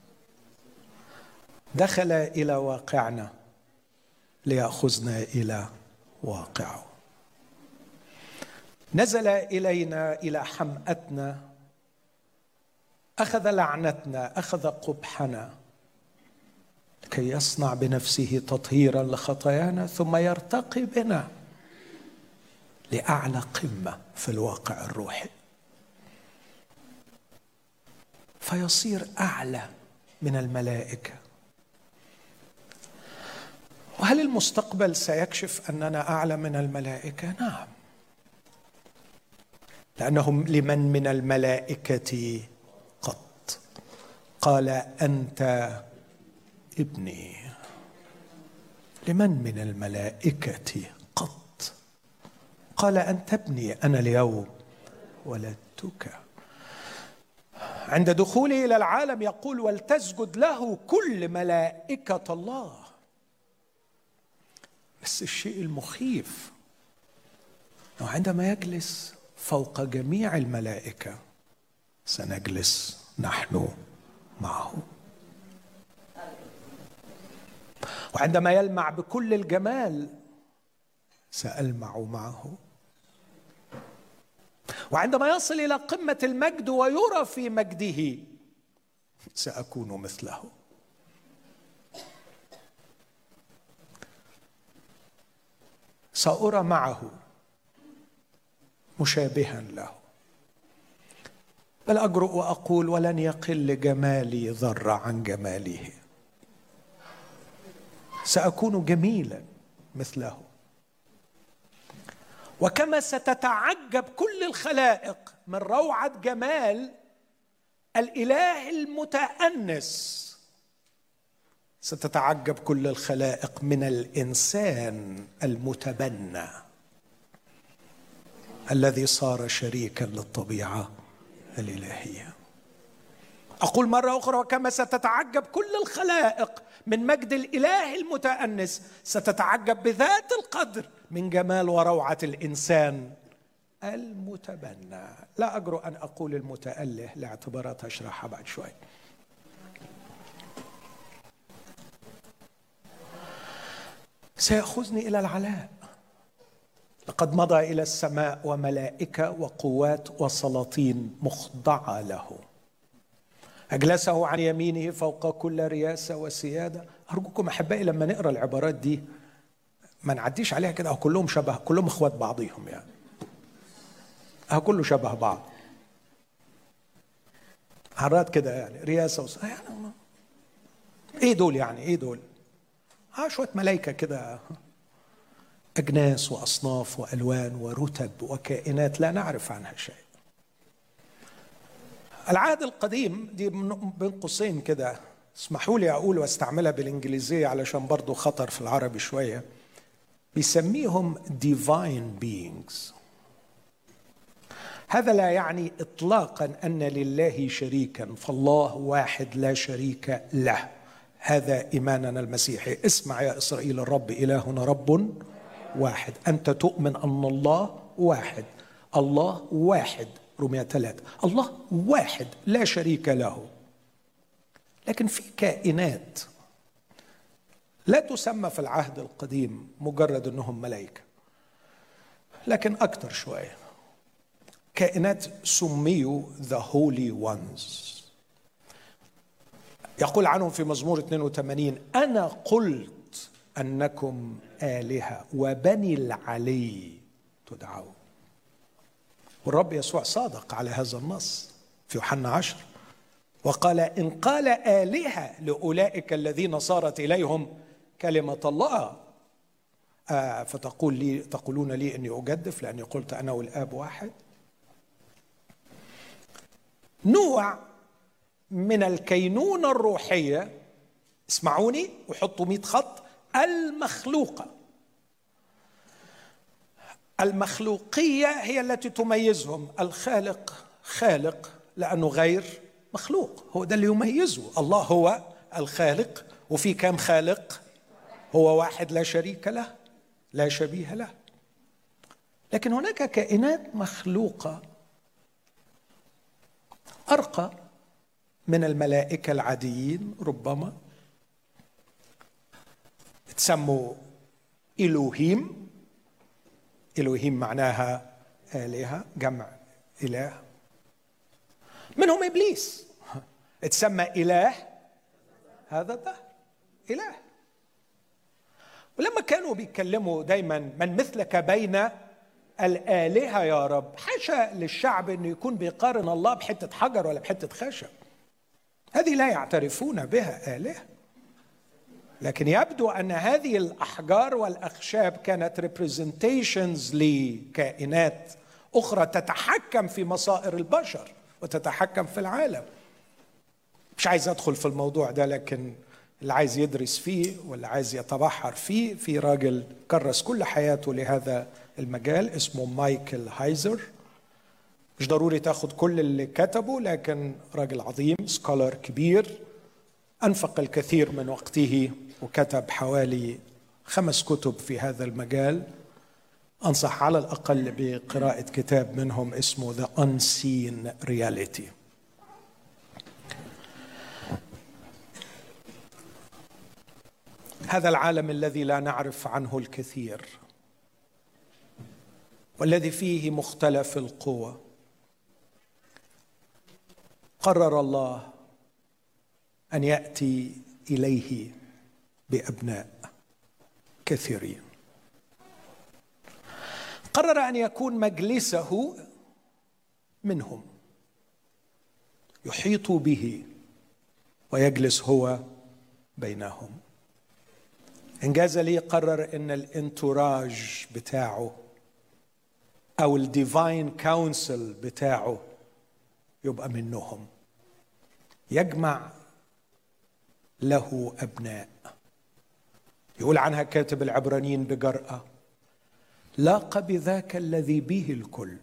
S1: دخل إلى واقعنا ليأخذنا إلى واقعه. نزل إلينا إلى حمأتنا، أخذ لعنتنا، أخذ قبحنا لكي يصنع بنفسه تطهيرا لخطايانا، ثم يرتقي بنا لأعلى قمة في الواقع الروحي، فيصير أعلى من الملائكة. وهل المستقبل سيكشف أننا أعلى من الملائكة؟ نعم، لأنهم لمن من الملائكة قط قال أنت ابني. لمن من الملائكة قط قال أنت ابني، أنا اليوم ولدتك. عند دخوله إلى العالم يقول ولتسجد له كل ملائكة الله. بس الشيء المخيف أنه عندما يجلس فوق جميع الملائكة سنجلس نحن معه، وعندما يلمع بكل الجمال سألمع معه، وعندما يصل إلى قمة المجد ويرى في مجده سأكون مثله. سأرى معه مشابها له، بل أجرؤ وأقول ولن يقل جمالي ذرة عن جماله. سأكون جميلا مثله. وكما ستتعجب كل الخلائق من روعة جمال الإله المتأنس، ستتعجب كل الخلائق من الإنسان المتبنى الذي صار شريكا للطبيعة الإلهية. أقول مرة أخرى وكما ستتعجب كل الخلائق من مجد الإله المتأنس، ستتعجب بذات القدر من جمال وروعة الإنسان المتبنى. لا أجرؤ أن أقول المتأله لاعتبارات أشرحها بعد شوي. سيأخذني إلى العلاء، لقد مضى إلى السماء وملائكة وقوات وسلاطين مخضعة له. أجلسه عن يمينه فوق كل رياسة وسيادة. أرجوكم أحبائي لما نقرأ العبارات دي ما نعديش عليها كده، أو كلهم شبه، كلهم إخوات بعضيهم يعني، أو كله شبه بعض عرات كده يعني، رياسة وسيادة يعني. إيه دول يعني؟ إيه دول؟ ها شوية ملايكة كده، أجناس وأصناف وألوان ورتب وكائنات لا نعرف عنها شيء. العهد القديم دي بين قوسين كده، اسمحوا لي أقول واستعملها بالإنجليزية علشان برضو خطر في العربي شوية، بيسميهم divine beings. هذا لا يعني إطلاقا أن لله شريكا، فالله واحد لا شريك له. هذا إيماننا المسيحي. اسمع يا إسرائيل، الرب إلهنا رب واحد. أنت تؤمن أن الله واحد، الله واحد، رومية ثلاثة، الله واحد لا شريك له. لكن في كائنات لا تسمى في العهد القديم مجرد أنهم ملائكة، لكن أكثر شوية، كائنات سميوا the holy ones. يقول عنهم في مزمور اثنين وثمانين: أنا قلت أنكم آلهة وبني العلي تدعون. والرب يسوع صادق على هذا النص في يوحنا عشر، وقال: إن قال آلهة لأولئك الذين صارت إليهم كلمة الله آه فتقول لي تقولون لي إني أجدف لأني قلت أنا والآب واحد. نوع من الكينونة الروحية، اسمعوني وحطوا مئة خط، المخلوقة. المخلوقية هي التي تميزهم. الخالق خالق لأنه غير مخلوق، هو ده اللي يميزه. الله هو الخالق، وفي كم خالق؟ هو واحد لا شريك له لا شبيه له. لكن هناك كائنات مخلوقة أرقى من الملائكة العاديين، ربما تسموا إلوهيم. إلوهيم معناها آلهة، جمع إله. منهم إبليس، تسمى إله هذا ده إله. ولما كانوا بيتكلموا دايما من مثلك بين الآلهة يا رب، حاشا للشعب أنه يكون بيقارن الله بحتة حجر ولا بحتة خشب، هذه لا يعترفون بها آلهة. لكن يبدو أن هذه الأحجار والأخشاب كانت representations لكائنات أخرى تتحكم في مصائر البشر وتتحكم في العالم. مش عايز أدخل في الموضوع ده، لكن اللي عايز يدرس فيه واللي عايز يتبحر فيه، في راجل كرس كل حياته لهذا المجال اسمه مايكل هايزر. مش ضروري تاخد كل اللي كتبه، لكن راجل عظيم، سكولر كبير، أنفق الكثير من وقته وكتب حوالي خمس كتب في هذا المجال. أنصح على الأقل بقراءة كتاب منهم اسمه The Unseen Reality. هذا العالم الذي لا نعرف عنه الكثير والذي فيه مختلف القوى، قرر الله أن يأتي إليه بأبناء كثيرين. قرر أن يكون مجلسه منهم، يحيط به ويجلس هو بينهم. إنجاز لي قرر أن الانتوراج بتاعه أو الديفاين كونسل بتاعه يبقى منهم، يجمع له أبناء. يقول عنها كاتب العبرانيين بجرأة: لاق بذاك الذي به الكل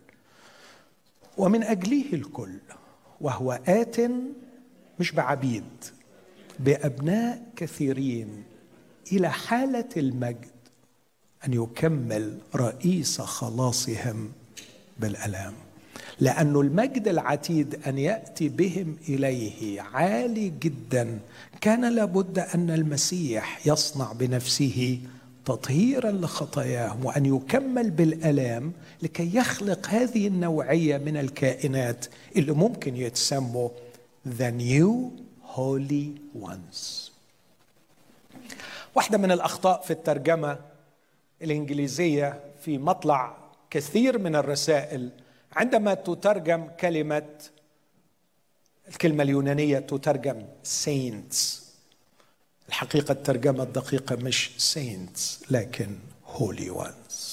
S1: ومن أجله الكل، وهو آت مش بعبيد بأبناء كثيرين إلى حالة المجد أن يكمل رئيس خلاصهم بالألام، لأن المجد العتيد أن يأتي بهم إليه عالي جدا. كان لابد أن المسيح يصنع بنفسه تطهيرا لخطاياهم، وأن يكمل بالألام لكي يخلق هذه النوعية من الكائنات اللي ممكن يتسموا The New Holy Ones. واحدة من الأخطاء في الترجمة الإنجليزية في مطلع كثير من الرسائل عندما تترجم كلمة، الكلمة اليونانية تترجم saints، الحقيقة الترجمة الدقيقة مش saints لكن holy ones.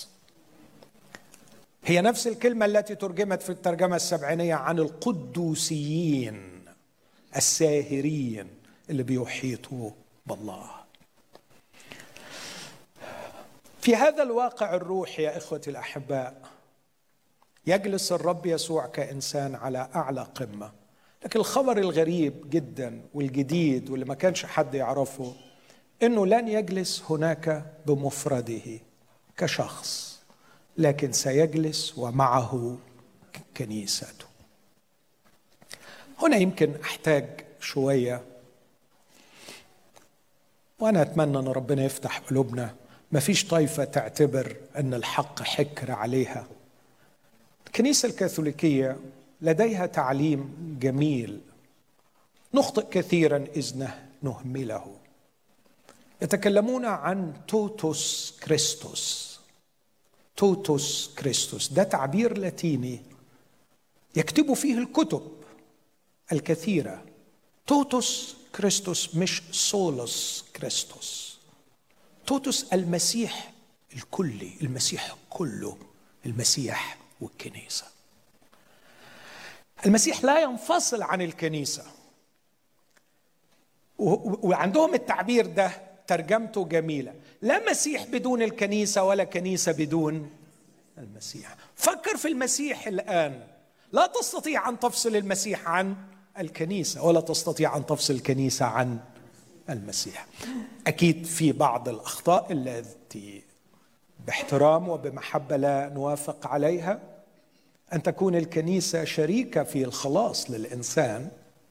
S1: هي نفس الكلمة التي ترجمت في الترجمة السبعينية عن القدوسيين الساهرين اللي بيحيطوا بالله. في هذا الواقع الروحي يا إخوتي الأحباء، يجلس الرب يسوع كإنسان على أعلى قمة، لكن الخبر الغريب جدا والجديد واللي ما كانش حد يعرفه إنه لن يجلس هناك بمفرده كشخص، لكن سيجلس ومعه كنيسته. هنا يمكن أحتاج شوية، وأنا أتمنى أن ربنا يفتح قلوبنا. ما فيش طائفة تعتبر أن الحق حكر عليها. الكنيسة الكاثوليكية لديها تعليم جميل نخطئ كثيرا إذ نهمله. يتكلمون عن توتوس كريستوس. توتوس كريستوس ده تعبير لاتيني يكتب فيه الكتب الكثيرة. توتوس كريستوس مش سولوس كريستوس. توتوس المسيح الكلي، المسيح كله، المسيح والكنيسة. المسيح لا ينفصل عن الكنيسة، وعندهم التعبير ده ترجمته جميلة، لا مسيح بدون الكنيسة ولا كنيسة بدون المسيح. فكر في المسيح الآن، لا تستطيع أن تفصل المسيح عن الكنيسة، ولا تستطيع أن تفصل الكنيسة عن المسيح. أكيد في بعض الأخطاء التي باحترام وبمحبة لا نوافق عليها، أن تكون الكنيسة شريكة في الخلاص للإنسان،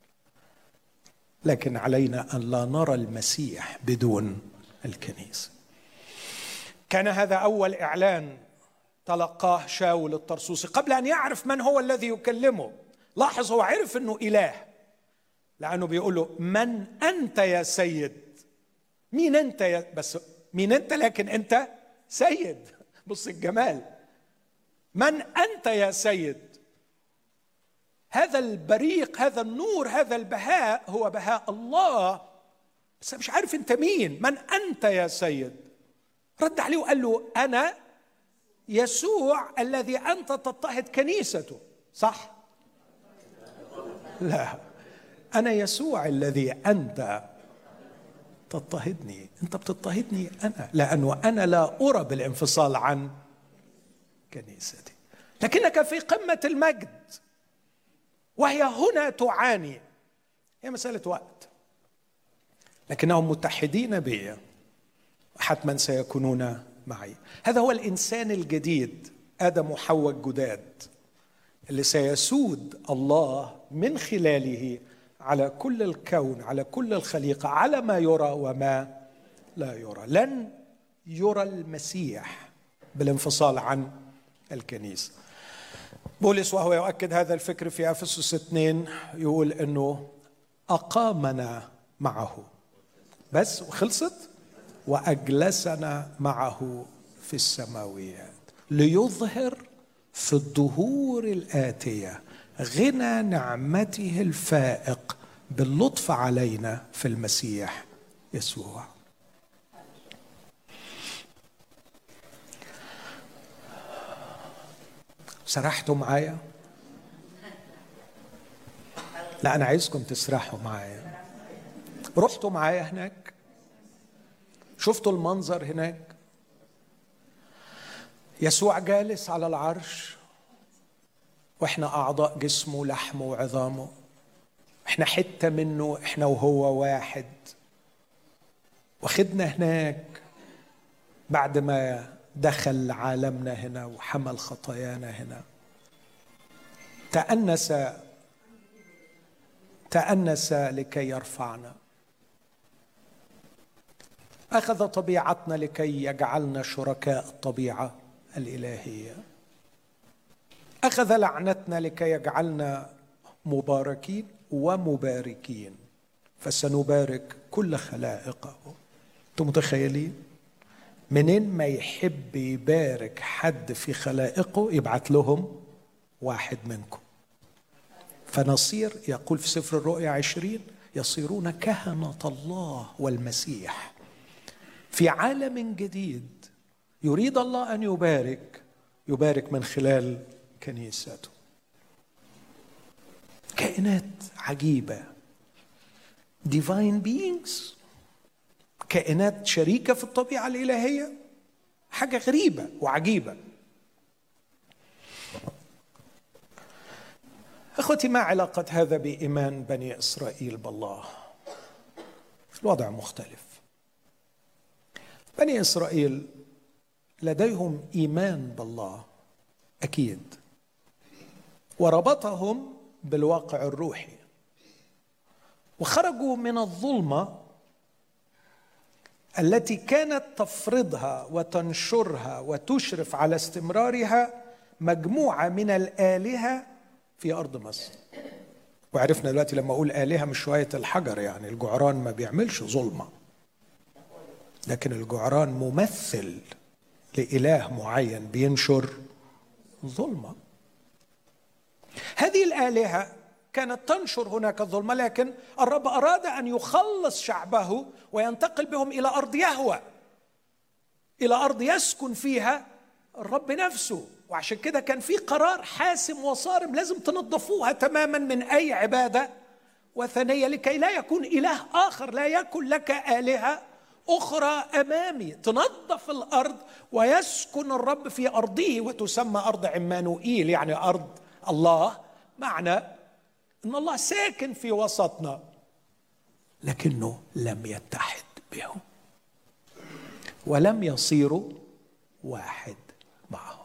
S1: لكن علينا أن لا نرى المسيح بدون الكنيسة. كان هذا أول إعلان تلقاه شاول الطرسوسي قبل أن يعرف من هو الذي يكلمه. لاحظ، هو عرف أنه إله لأنه بيقول له من أنت يا سيد. مين أنت يا بس مين أنت لكن أنت سيد. بص الجمال، من أنت يا سيد. هذا البريق، هذا النور، هذا البهاء هو بهاء الله، بس مش عارف أنت مين. من أنت يا سيد؟ رد عليه وقال له أنا يسوع الذي أنت تضطهد كنيسته. صح؟ لا، أنا يسوع الذي أنت تضطهدني. أنت بتضطهدني أنا، لأنه أنا لا أرى بالانفصال عن كنيستي، لكنك في قمة المجد وهي هنا تعاني. هي مسألة وقت، لكنهم متحدين بي وحتما سيكونون معي. هذا هو الإنسان الجديد، آدم وحواء الجداد، اللي سيسود الله من خلاله على كل الكون، على كل الخليقة، على ما يرى وما لا يرى. لن يرى المسيح بالانفصال عن الكنيسة. بولس وهو يؤكد هذا الفكر في أفسس اثنين يقول أنه أقامنا معه بس وخلصت، وأجلسنا معه في السماويات ليظهر في الدهور الآتية غنى نعمته الفائق باللطف علينا في المسيح يسوع. سرحتوا معايا؟ لا، أنا عايزكم تسرحوا معايا. رحتوا معايا هناك؟ شفتوا المنظر هناك؟ يسوع جالس على العرش، وإحنا أعضاء جسمه لحمه وعظامه. احنا حتة منه، احنا وهو واحد. واخدنا هناك بعد ما دخل عالمنا هنا وحمل خطايانا هنا. تأنس تأنس لكي يرفعنا، أخذ طبيعتنا لكي يجعلنا شركاء الطبيعة الإلهية، أخذ لعنتنا لكي يجعلنا مباركين ومباركين، فسنبارك كل خلائقه. أنتم متخيلين؟ منين ما يحب يبارك حد في خلائقه يبعت لهم واحد منكم، فنصير، يقول في سفر الرؤيا عشرين، يصيرون كهنة الله والمسيح في عالم جديد. يريد الله أن يبارك، يبارك من خلال كنيسته. كائنات عجيبة، divine beings، كائنات شريكة في الطبيعة الإلهية، حاجة غريبة وعجيبة. أخوتي، ما علاقة هذا بإيمان بني إسرائيل بالله؟ الوضع مختلف. بني إسرائيل لديهم إيمان بالله أكيد، وربطهم بالواقع الروحي، وخرجوا من الظلمة التي كانت تفرضها وتنشرها وتشرف على استمرارها مجموعة من الآلهة في أرض مصر. وعرفنا دلوقتي لما أقول آلهة مش شوية الحجر، يعني الجعران ما بيعملش ظلمة، لكن الجعران ممثل لإله معين بينشر ظلمة. هذه الآلهة كانت تنشر هناك الظلمة، لكن الرب أراد أن يخلص شعبه وينتقل بهم إلى أرض يهوى، إلى أرض يسكن فيها الرب نفسه. وعشان كده كان في قرار حاسم وصارم، لازم تنظفوها تماما من أي عبادة وثنية، لكي لا يكون إله آخر، لا يكن لك آلهة أخرى أمامي. تنظف الأرض ويسكن الرب في أرضه، وتسمى أرض عمانوئيل، يعني أرض الله، معنى أن الله ساكن في وسطنا، لكنه لم يتحد بهم ولم يصيروا واحد معهم.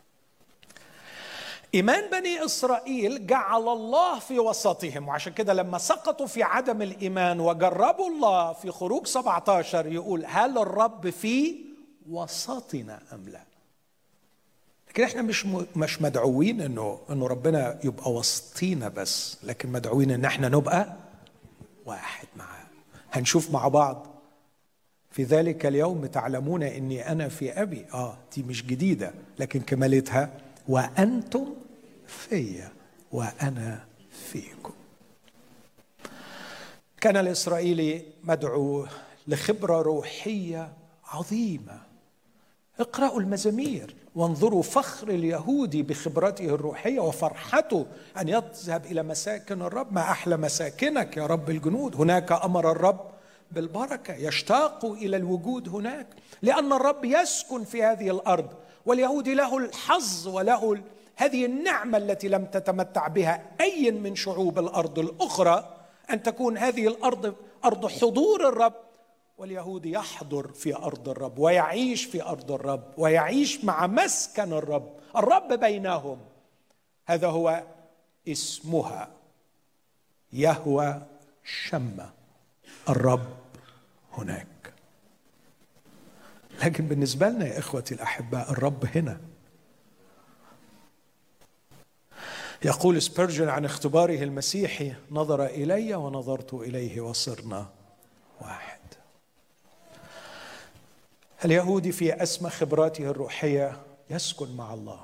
S1: إيمان بني إسرائيل جعل الله في وسطهم، وعشان كده لما سقطوا في عدم الإيمان وجربوا الله في خروج سبعة عشر يقول هل الرب في وسطنا أم لا؟ لكن احنا مش مش مدعوين انه انه ربنا يبقى وسطينا بس، لكن مدعوين ان احنا نبقى واحد معاه. هنشوف مع بعض في ذلك اليوم تعلمون اني انا في ابي. اه دي مش جديده، لكن كمالتها وانتم فيا وانا فيكم. كان الاسرائيلي مدعو لخبره روحيه عظيمه. اقرأوا المزامير وانظروا فخر اليهودي بخبرته الروحية وفرحته أن يذهب إلى مساكن الرب. ما أحلى مساكنك يا رب الجنود، هناك أمر الرب بالبركة. يشتاقوا إلى الوجود هناك لأن الرب يسكن في هذه الأرض، واليهودي له الحظ وله هذه النعمة التي لم تتمتع بها أي من شعوب الأرض الأخرى، أن تكون هذه الأرض أرض حضور الرب، واليهودي يحضر في أرض الرب ويعيش في أرض الرب ويعيش مع مسكن الرب، الرب بينهم. هذا هو اسمها يهوى شمة، الرب هناك. لكن بالنسبة لنا يا إخوتي الأحباء الرب هنا. يقول سبيرجن عن اختباره المسيحي نظر إلي ونظرت إليه وصرنا واحد. اليهودي في أسمى خبراته الروحية يسكن مع الله،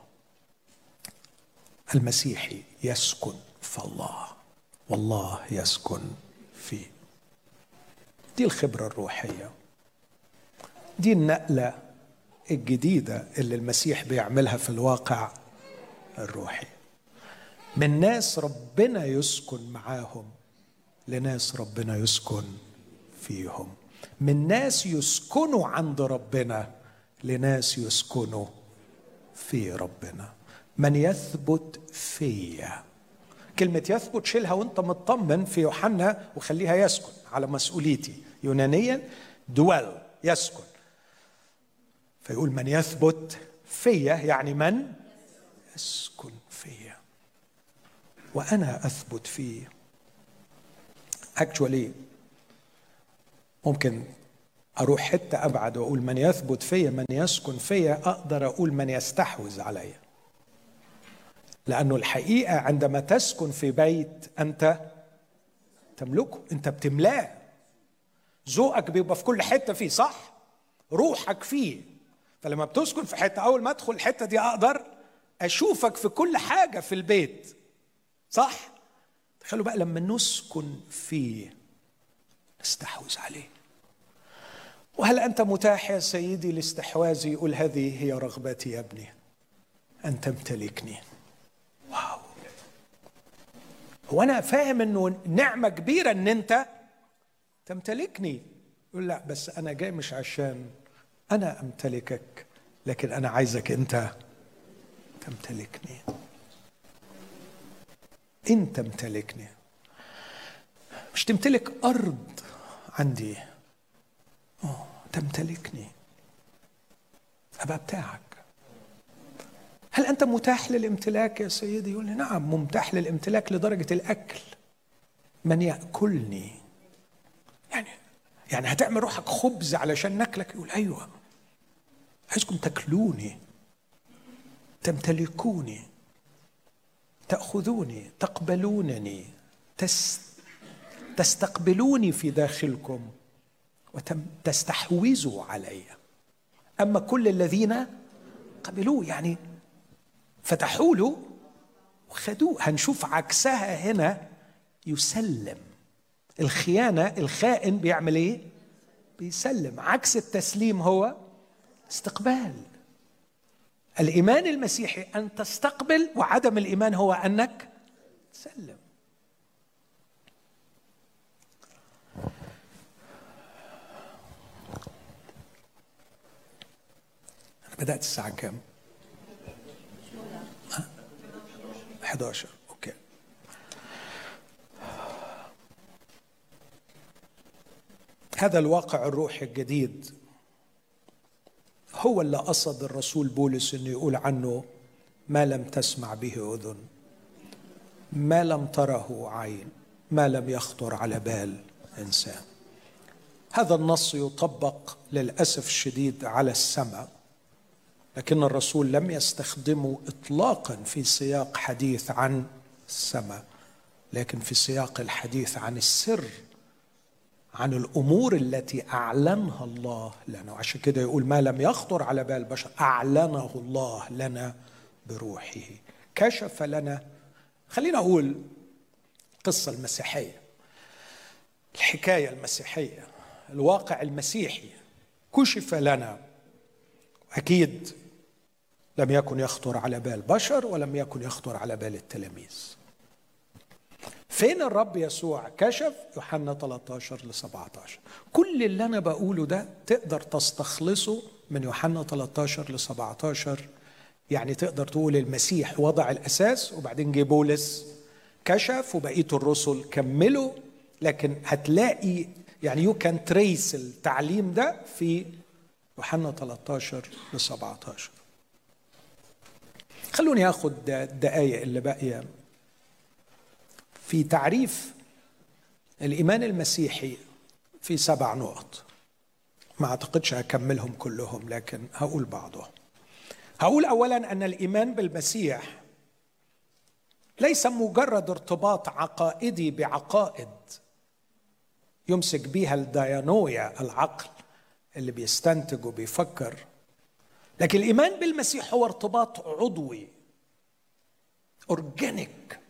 S1: المسيحي يسكن في الله والله يسكن فيه. دي الخبرة الروحية، دي النقلة الجديدة اللي المسيح بيعملها في الواقع الروحي، من ناس ربنا يسكن معاهم لناس ربنا يسكن فيهم، من ناس يسكنوا عند ربنا لناس يسكنوا في ربنا. من يثبت فيا، كلمة يثبت شيلها وانت مطمن في يوحنا وخليها يسكن على مسؤوليتي. يونانيا دوال، يسكن. فيقول من يثبت فيا يعني من يسكن فيا وأنا أثبت فيه. actually ممكن أروح حتة أبعد وأقول من يثبت فيا من يسكن فيا، أقدر أقول من يستحوذ علي، لأنه الحقيقة عندما تسكن في بيت أنت تملكه، أنت بتملاه. ذوقك بيبقى في كل حتة فيه، صح؟ روحك فيه. فلما بتسكن في حتة، أول ما أدخل الحتة دي أقدر أشوفك في كل حاجة في البيت، صح؟ تخيلوا بقى لما نسكن فيه نستحوذ عليه. وهل أنت متاح يا سيدي لاستحواذي؟ يقول هذه هي رغبتي يا ابني، أن تمتلكني. واو، هو أنا فاهم أنه نعمة كبيرة أن أنت تمتلكني. يقول لا، بس أنا جاي مش عشان أنا أمتلكك، لكن أنا عايزك أنت تمتلكني. أنت تمتلكني، مش تمتلك أرض عندي، أوه تمتلكني، أبقى بتاعك. هل أنت متاح للامتلاك يا سيدي؟ يقول لي نعم، ممتاح للامتلاك لدرجة الأكل. من يأكلني، يعني يعني هتعمل روحك خبز علشان ناكلك؟ يقول أيوة، عايزكم تاكلوني، تمتلكوني، تأخذوني، تقبلونني، تس تستقبلوني في داخلكم وتستحوذوا علي. أما كل الذين قبلوه، يعني فتحوا له وخدوه. هنشوف عكسها هنا، يسلم. الخيانة، الخائن بيعمل ايه؟ بيسلم. عكس التسليم هو استقبال. الإيمان المسيحي أن تستقبل، وعدم الإيمان هو أنك تسلم. أنا بدأت الساعة كام؟ إحدى عشر. أوكي. هذا الواقع الروحي الجديد هو اللي قصد الرسول بولس انه يقول عنه ما لم تسمع به اذن، ما لم تره عين، ما لم يخطر على بال انسان. هذا النص يطبق للاسف الشديد على السماء، لكن الرسول لم يستخدمه اطلاقا في سياق حديث عن السماء، لكن في سياق الحديث عن السر، عن الأمور التي أعلنها الله لنا. وعشان كده يقول ما لم يخطر على بال البشر أعلنه الله لنا بروحه، كشف لنا. خلينا أقول القصة المسيحية، الحكاية المسيحية، الواقع المسيحي كشف لنا. أكيد لم يكن يخطر على بال بشر ولم يكن يخطر على بال التلاميذ. فين الرب يسوع كشف؟ يوحنا ثلاثة عشر لسبعة عشر. كل اللي أنا بقوله ده تقدر تستخلصه من يوحنا ثلاثة عشر لسبعة عشر. يعني تقدر تقول المسيح وضع الأساس، وبعدين جه بولس كشف، وبقية الرسل كملوا. لكن هتلاقي يعني يو كان تريس التعليم ده في يوحنا ثلاثة عشر لسبعة عشر. خلوني أخذ الدقايق اللي باقية في تعريف الإيمان المسيحي في سبع نقط. ما أعتقدش هكملهم كلهم، لكن هقول بعضهم. هقول أولا أن الإيمان بالمسيح ليس مجرد ارتباط عقائدي بعقائد يمسك بيها الديانويا، العقل اللي بيستنتج وبيفكر، لكن الإيمان بالمسيح هو ارتباط عضوي، أورجانيك.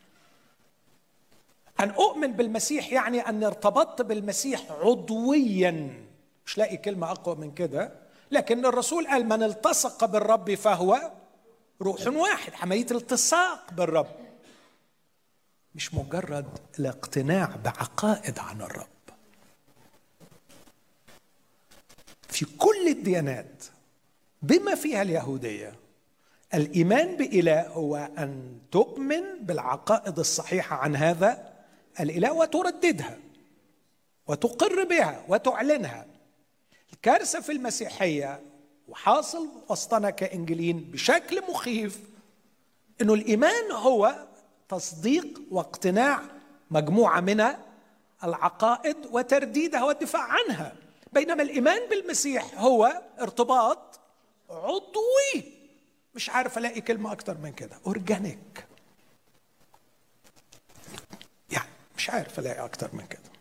S1: أن أؤمن بالمسيح يعني أن ارتبطت بالمسيح عضويا. مش لاقي كلمة أقوى من كده، لكن الرسول قال من التصق بالرب فهو روح واحد. عملية التصاق بالرب مش مجرد الاقتناع بعقائد عن الرب. في كل الديانات بما فيها اليهودية الإيمان بإله هو أن تؤمن بالعقائد الصحيحة عن هذا الإله وترددها وتقر بها وتعلنها. الكارثة في المسيحية وحاصل وسطنا كإنجيليين بشكل مخيف إنه الإيمان هو تصديق واقتناع مجموعة من العقائد وترديدها والدفاع عنها، بينما الإيمان بالمسيح هو ارتباط عضوي. مش عارف ألاقي كلمة أكتر من كده، أورجانيك، يعني مش عارف ألاقي أكتر من كده.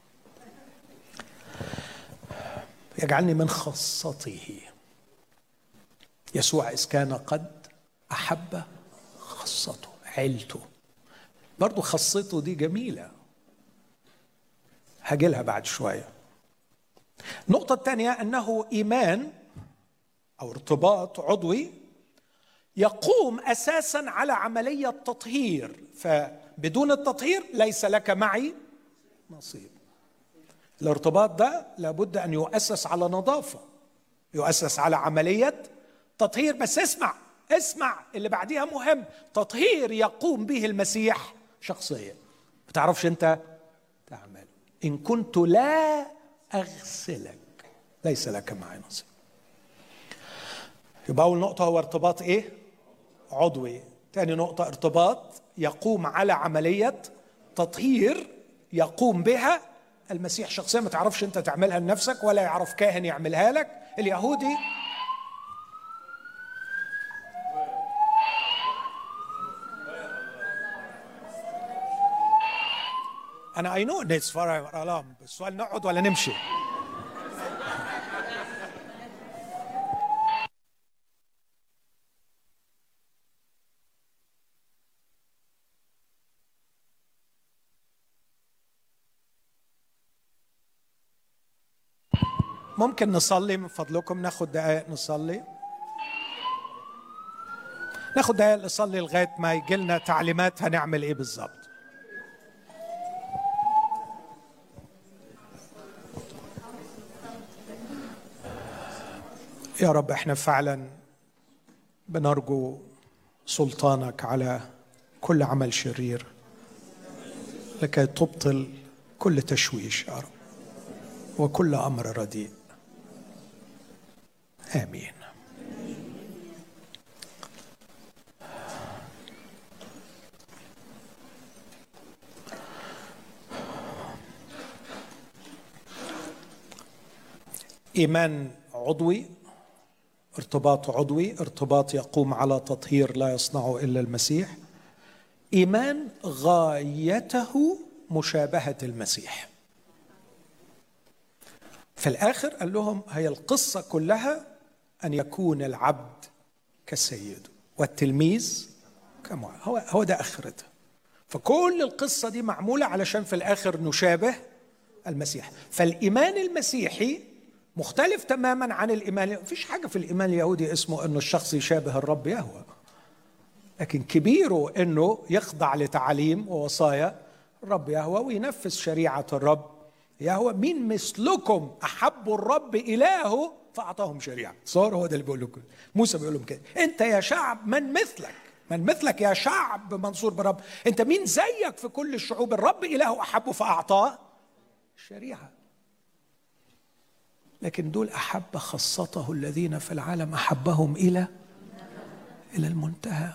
S1: يجعلني من خاصته. يسوع إذ كان قد أحب خاصته، عيلته. برضو خاصته دي جميلة، هجيلها بعد شوية. النقطة الثانية أنه إيمان أو ارتباط عضوي يقوم أساساً على عملية تطهير، فبدون التطهير ليس لك معي نصيب. الارتباط ده لابد أن يؤسس على نظافة، يؤسس على عملية تطهير. بس اسمع اسمع اللي بعديها مهم، تطهير يقوم به المسيح شخصيا، ما تعرفش انت تعمل. إن كنت لا أغسلك ليس لك معي نصيب. يبقى أول نقطة هو ارتباط إيه؟ عضوي. ثاني نقطة ارتباط يقوم على عملية تطهير يقوم بها المسيح شخصيا، ما تعرفش انت تعملها لنفسك ولا يعرف كاهن يعملها لك. اليهودي أنا I know it's for alarm. السؤال نقعد ولا نمشي؟ ممكن نصلي من فضلكم؟ ناخد دقائق نصلي، ناخد دقائق نصلي لغاية ما يجي لنا تعليمات هنعمل إيه بالظبط. يا رب احنا فعلا بنرجو سلطانك على كل عمل شرير لكي تبطل كل تشويش يا رب وكل أمر رديء. آمين. إيمان عضوي، ارتباط عضوي، ارتباط يقوم على تطهير لا يصنعه إلا المسيح. إيمان غايته مشابهة المسيح. في الآخر قال لهم هي القصة كلها أن يكون العبد كسيده والتلميذ كمعلم. هو هو ده آخرتها. فكل القصة دي معمولة علشان في الآخر نشابه المسيح. فالإيمان المسيحي مختلف تماما عن الإيمان. مفيش حاجة في الإيمان اليهودي اسمه أنه الشخص يشابه الرب يهوه، لكن كبيره أنه يخضع لتعاليم ووصايا الرب يهوه وينفذ شريعة الرب يهوه. مين مثلكم أحب الرب إلهه فأعطاهم شريعة. صار هو ده اللي بيقول لكم. موسى بيقول لهم كده، أنت يا شعب من مثلك، من مثلك يا شعب منصور بالرب. أنت مين زيك في كل الشعوب؟ الرب إلهه أحبه فأعطاه الشريعة. لكن دول أحب خاصته الذين في العالم أحبهم إلى إلى المنتهى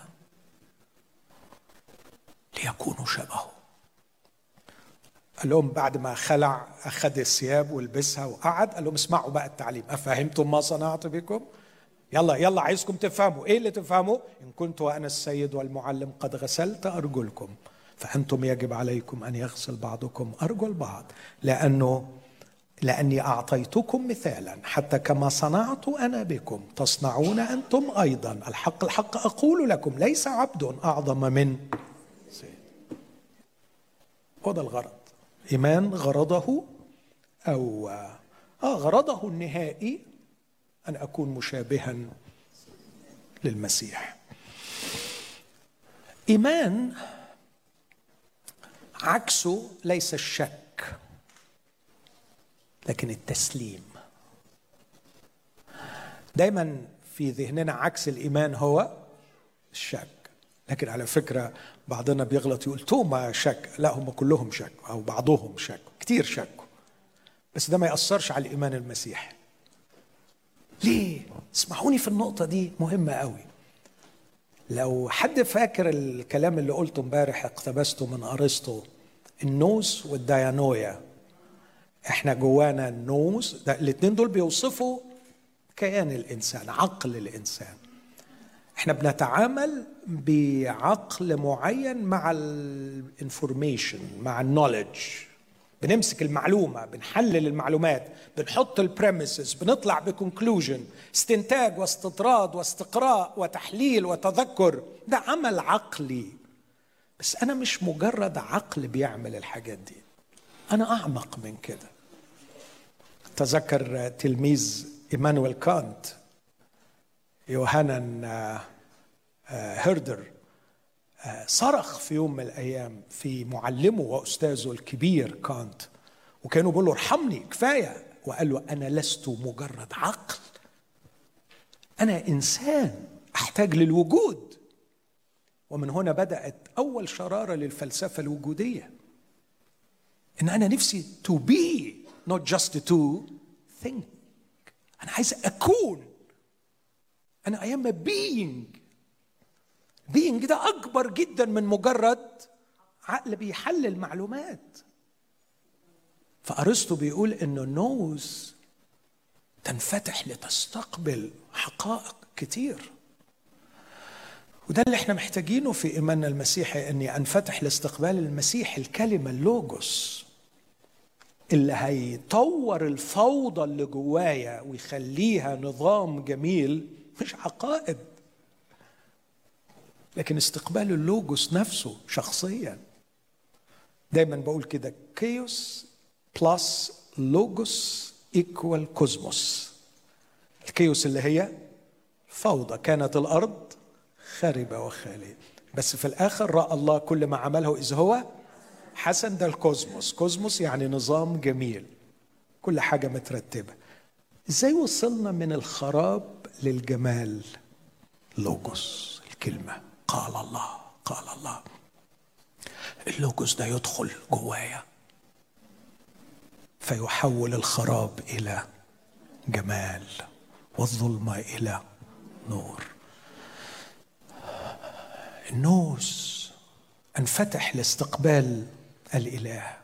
S1: ليكونوا شبهه. قال لهم بعد ما خلع أخذ الثياب ولبسها وقعد، قال لهم اسمعوا بقى التعليم. أفهمتم ما صنعت بكم؟ يلا يلا عايزكم تفهموا. إيه اللي تفهموا؟ إن كنت وأنا السيد والمعلم قد غسلت أرجلكم فأنتم يجب عليكم أن يغسل بعضكم أرجل بعض، لأنه لأني أعطيتكم مثالا حتى كما صنعت أنا بكم تصنعون أنتم أيضا. الحق الحق أقول لكم ليس عبد أعظم من سيد. هذا الغرض. إيمان غرضه أو آه غرضه النهائي أن أكون مشابها للمسيح. إيمان عكسه ليس الشك لكن التسليم. دايما في ذهننا عكس الإيمان هو الشك. لكن على فكرة بعضنا بيغلط يقول توما شك، لا هم كلهم شك أو بعضهم شك، كتير شكوا، بس ده ما يأثرش على الإيمان المسيحي. ليه؟ اسمعوني في النقطة دي مهمة قوي. لو حد فاكر الكلام اللي قلته امبارح اقتبسته من أرسطو، النوس والديانويا، احنا جوانا النوس ده، الاثنين دول بيوصفوا كيان الإنسان، عقل الإنسان. احنا بنتعامل بعقل معين مع الانفورميشن، مع النوليدج، بنمسك المعلومة، بنحلل المعلومات، بنحط البريميسز، بنطلع بكونكلوجن، استنتاج واستطراد واستقراء وتحليل وتذكر. ده عمل عقلي. بس أنا مش مجرد عقل بيعمل الحاجات دي، أنا أعمق من كده. تذكر تلميذ إيمانويل كانت يوهانان هيردر صرخ في يوم من الأيام في معلمه وأستاذه الكبير كانت، وكانوا بيقولوا ارحمني كفاية، وقال له أنا لست مجرد عقل، أنا إنسان أحتاج للوجود. ومن هنا بدأت أول شرارة للفلسفة الوجودية، إن أنا نفسي to be not just to think. أنا عايز أكون، أنا I am a being. being ده أكبر جدا من مجرد عقل بيحلل معلومات. فأرسطو بيقول إنه النوز تنفتح لتستقبل حقائق كتير، وده اللي احنا محتاجينه في إيماننا المسيحي، أني أنفتح لاستقبال المسيح، الكلمة اللوجوس اللي هيطور الفوضى اللي جوايا ويخليها نظام جميل، مش عقائد، لكن استقبال اللوجوس نفسه شخصيا. دايما بقول كده، كيوس بلس لوجوس ايكوال كوزموس. الكيوس اللي هي فوضى، كانت الأرض خاربة وخالية، بس في الآخر رأى الله كل ما عمله إذ هو حسن. ده الكوزموس. كوزموس يعني نظام جميل، كل حاجة مترتبة. إزاي وصلنا من الخراب للجمال؟ لوجوس، الكلمة، قال الله، قال الله. اللوجوس ده يدخل جوايا فيحول الخراب إلى جمال والظلمة إلى نور. النوس انفتح لاستقبال الإله.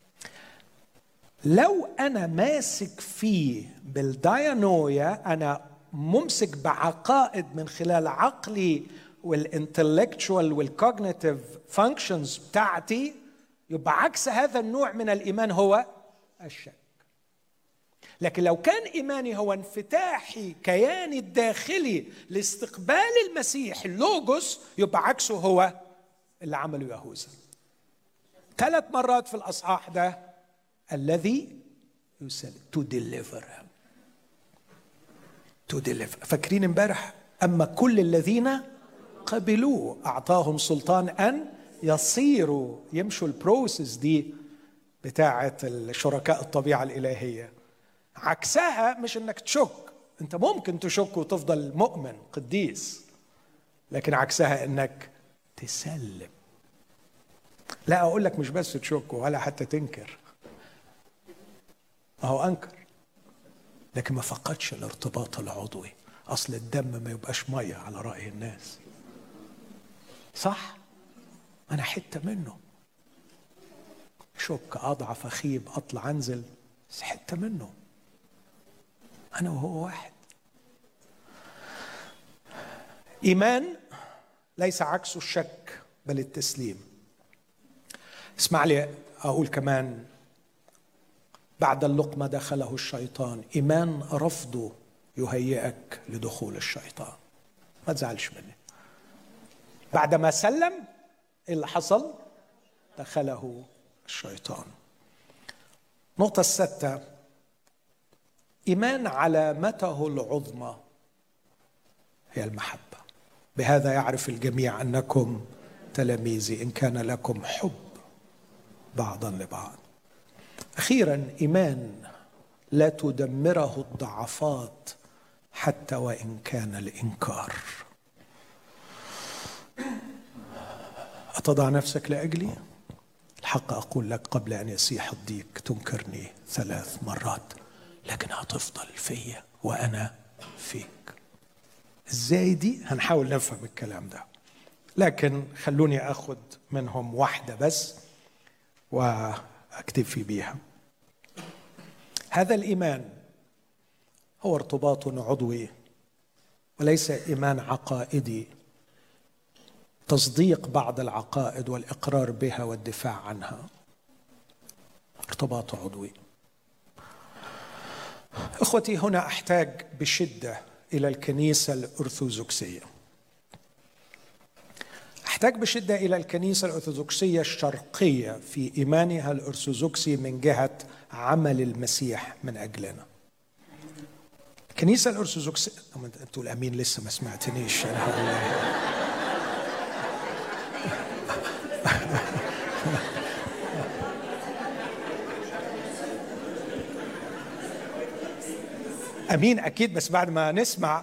S1: لو أنا ماسك فيه بالديانويا، أنا ممسك بعقائد من خلال عقلي والانتلكتشوال والكوجنيتيف فانكشنز بتاعتي، يبقى عكس هذا النوع من الإيمان هو الشك. لكن لو كان إيماني هو انفتاحي كياني الداخلي لاستقبال المسيح اللوجوس، يبقى عكسه هو اللي عمله يهوذا ثلاث مرات في الأصحاح ده، الذي يسلم to deliver him to deliver. فاكرين امبارح، أما كل الذين قبلوه أعطاهم سلطان أن يصيروا، يمشوا البروسيس دي بتاعة الشركاء الطبيعة الإلهية. عكسها مش انك تشك، انت ممكن تشك وتفضل مؤمن قديس، لكن عكسها انك تسلم. لا اقول لك مش بس تشك ولا حتى تنكر، اهو انكر لكن ما فقدش الارتباط العضوي. اصل الدم ما يبقاش ميه على رأي الناس، صح؟ انا حتة منه، شك، اضعف، اخيب، اطلع انزل، بس حتة منه، أنا وهو واحد. إيمان ليس عكسه الشك بل التسليم. اسمع لي أقول كمان، بعد اللقمة دخله الشيطان. إيمان رفضه يهيئك لدخول الشيطان، ما تزعلش مني. بعد ما سلم إيه اللي حصل؟ دخله الشيطان. نقطة الستة، إيمان علامته العظمى هي المحبة. بهذا يعرف الجميع أنكم تلاميذي إن كان لكم حب بعضا لبعض. أخيرا، إيمان لا تدمره الضعفات حتى وإن كان الإنكار. أتضع نفسك لأجلي؟ الحق أقول لك قبل أن يسيح الضيق تنكرني ثلاث مرات، لكن هتفضل فيا وأنا فيك. إزاي دي؟ هنحاول نفهم الكلام ده، لكن خلوني أخذ منهم واحدة بس وأكتفي بيها. هذا الإيمان هو ارتباط عضوي وليس إيمان عقائدي، تصديق بعض العقائد والإقرار بها والدفاع عنها. ارتباط عضوي. إخوتي، هنا أحتاج بشدة إلى الكنيسة الأرثوذكسية. أحتاج بشدة إلى الكنيسة الأرثوذكسية الشرقية في إيمانها الأرثوذكسي من جهة عمل المسيح من أجلنا. الكنيسة الأرثوذكسية، أنتوا الأمين لسه ما سمعتنيش أنا هقول. أمين أكيد، بس بعد ما نسمع.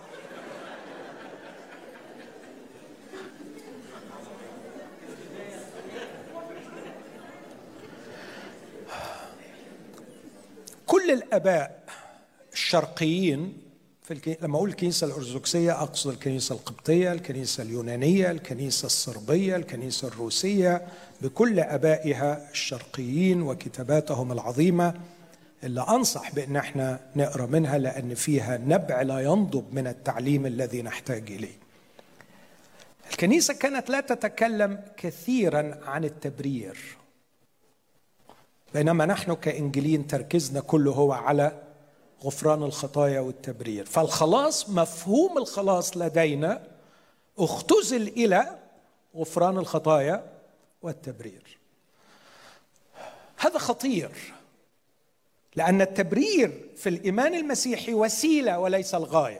S1: كل الآباء الشرقيين في الكي... لما أقول الكنيسة الأرثوذكسية أقصد الكنيسة القبطية، الكنيسة اليونانية، الكنيسة الصربية، الكنيسة الروسية، بكل آبائها الشرقيين وكتاباتهم العظيمة اللي أنصح بأن احنا نقرأ منها، لأن فيها نبع لا ينضب من التعليم الذي نحتاج إليه. الكنيسة كانت لا تتكلم كثيرا عن التبرير، بينما نحن كإنجيليين تركيزنا كله هو على غفران الخطايا والتبرير. فالخلاص، مفهوم الخلاص لدينا اختزل إلى غفران الخطايا والتبرير. هذا خطير، لأن التبرير في الإيمان المسيحي وسيلة وليس الغاية،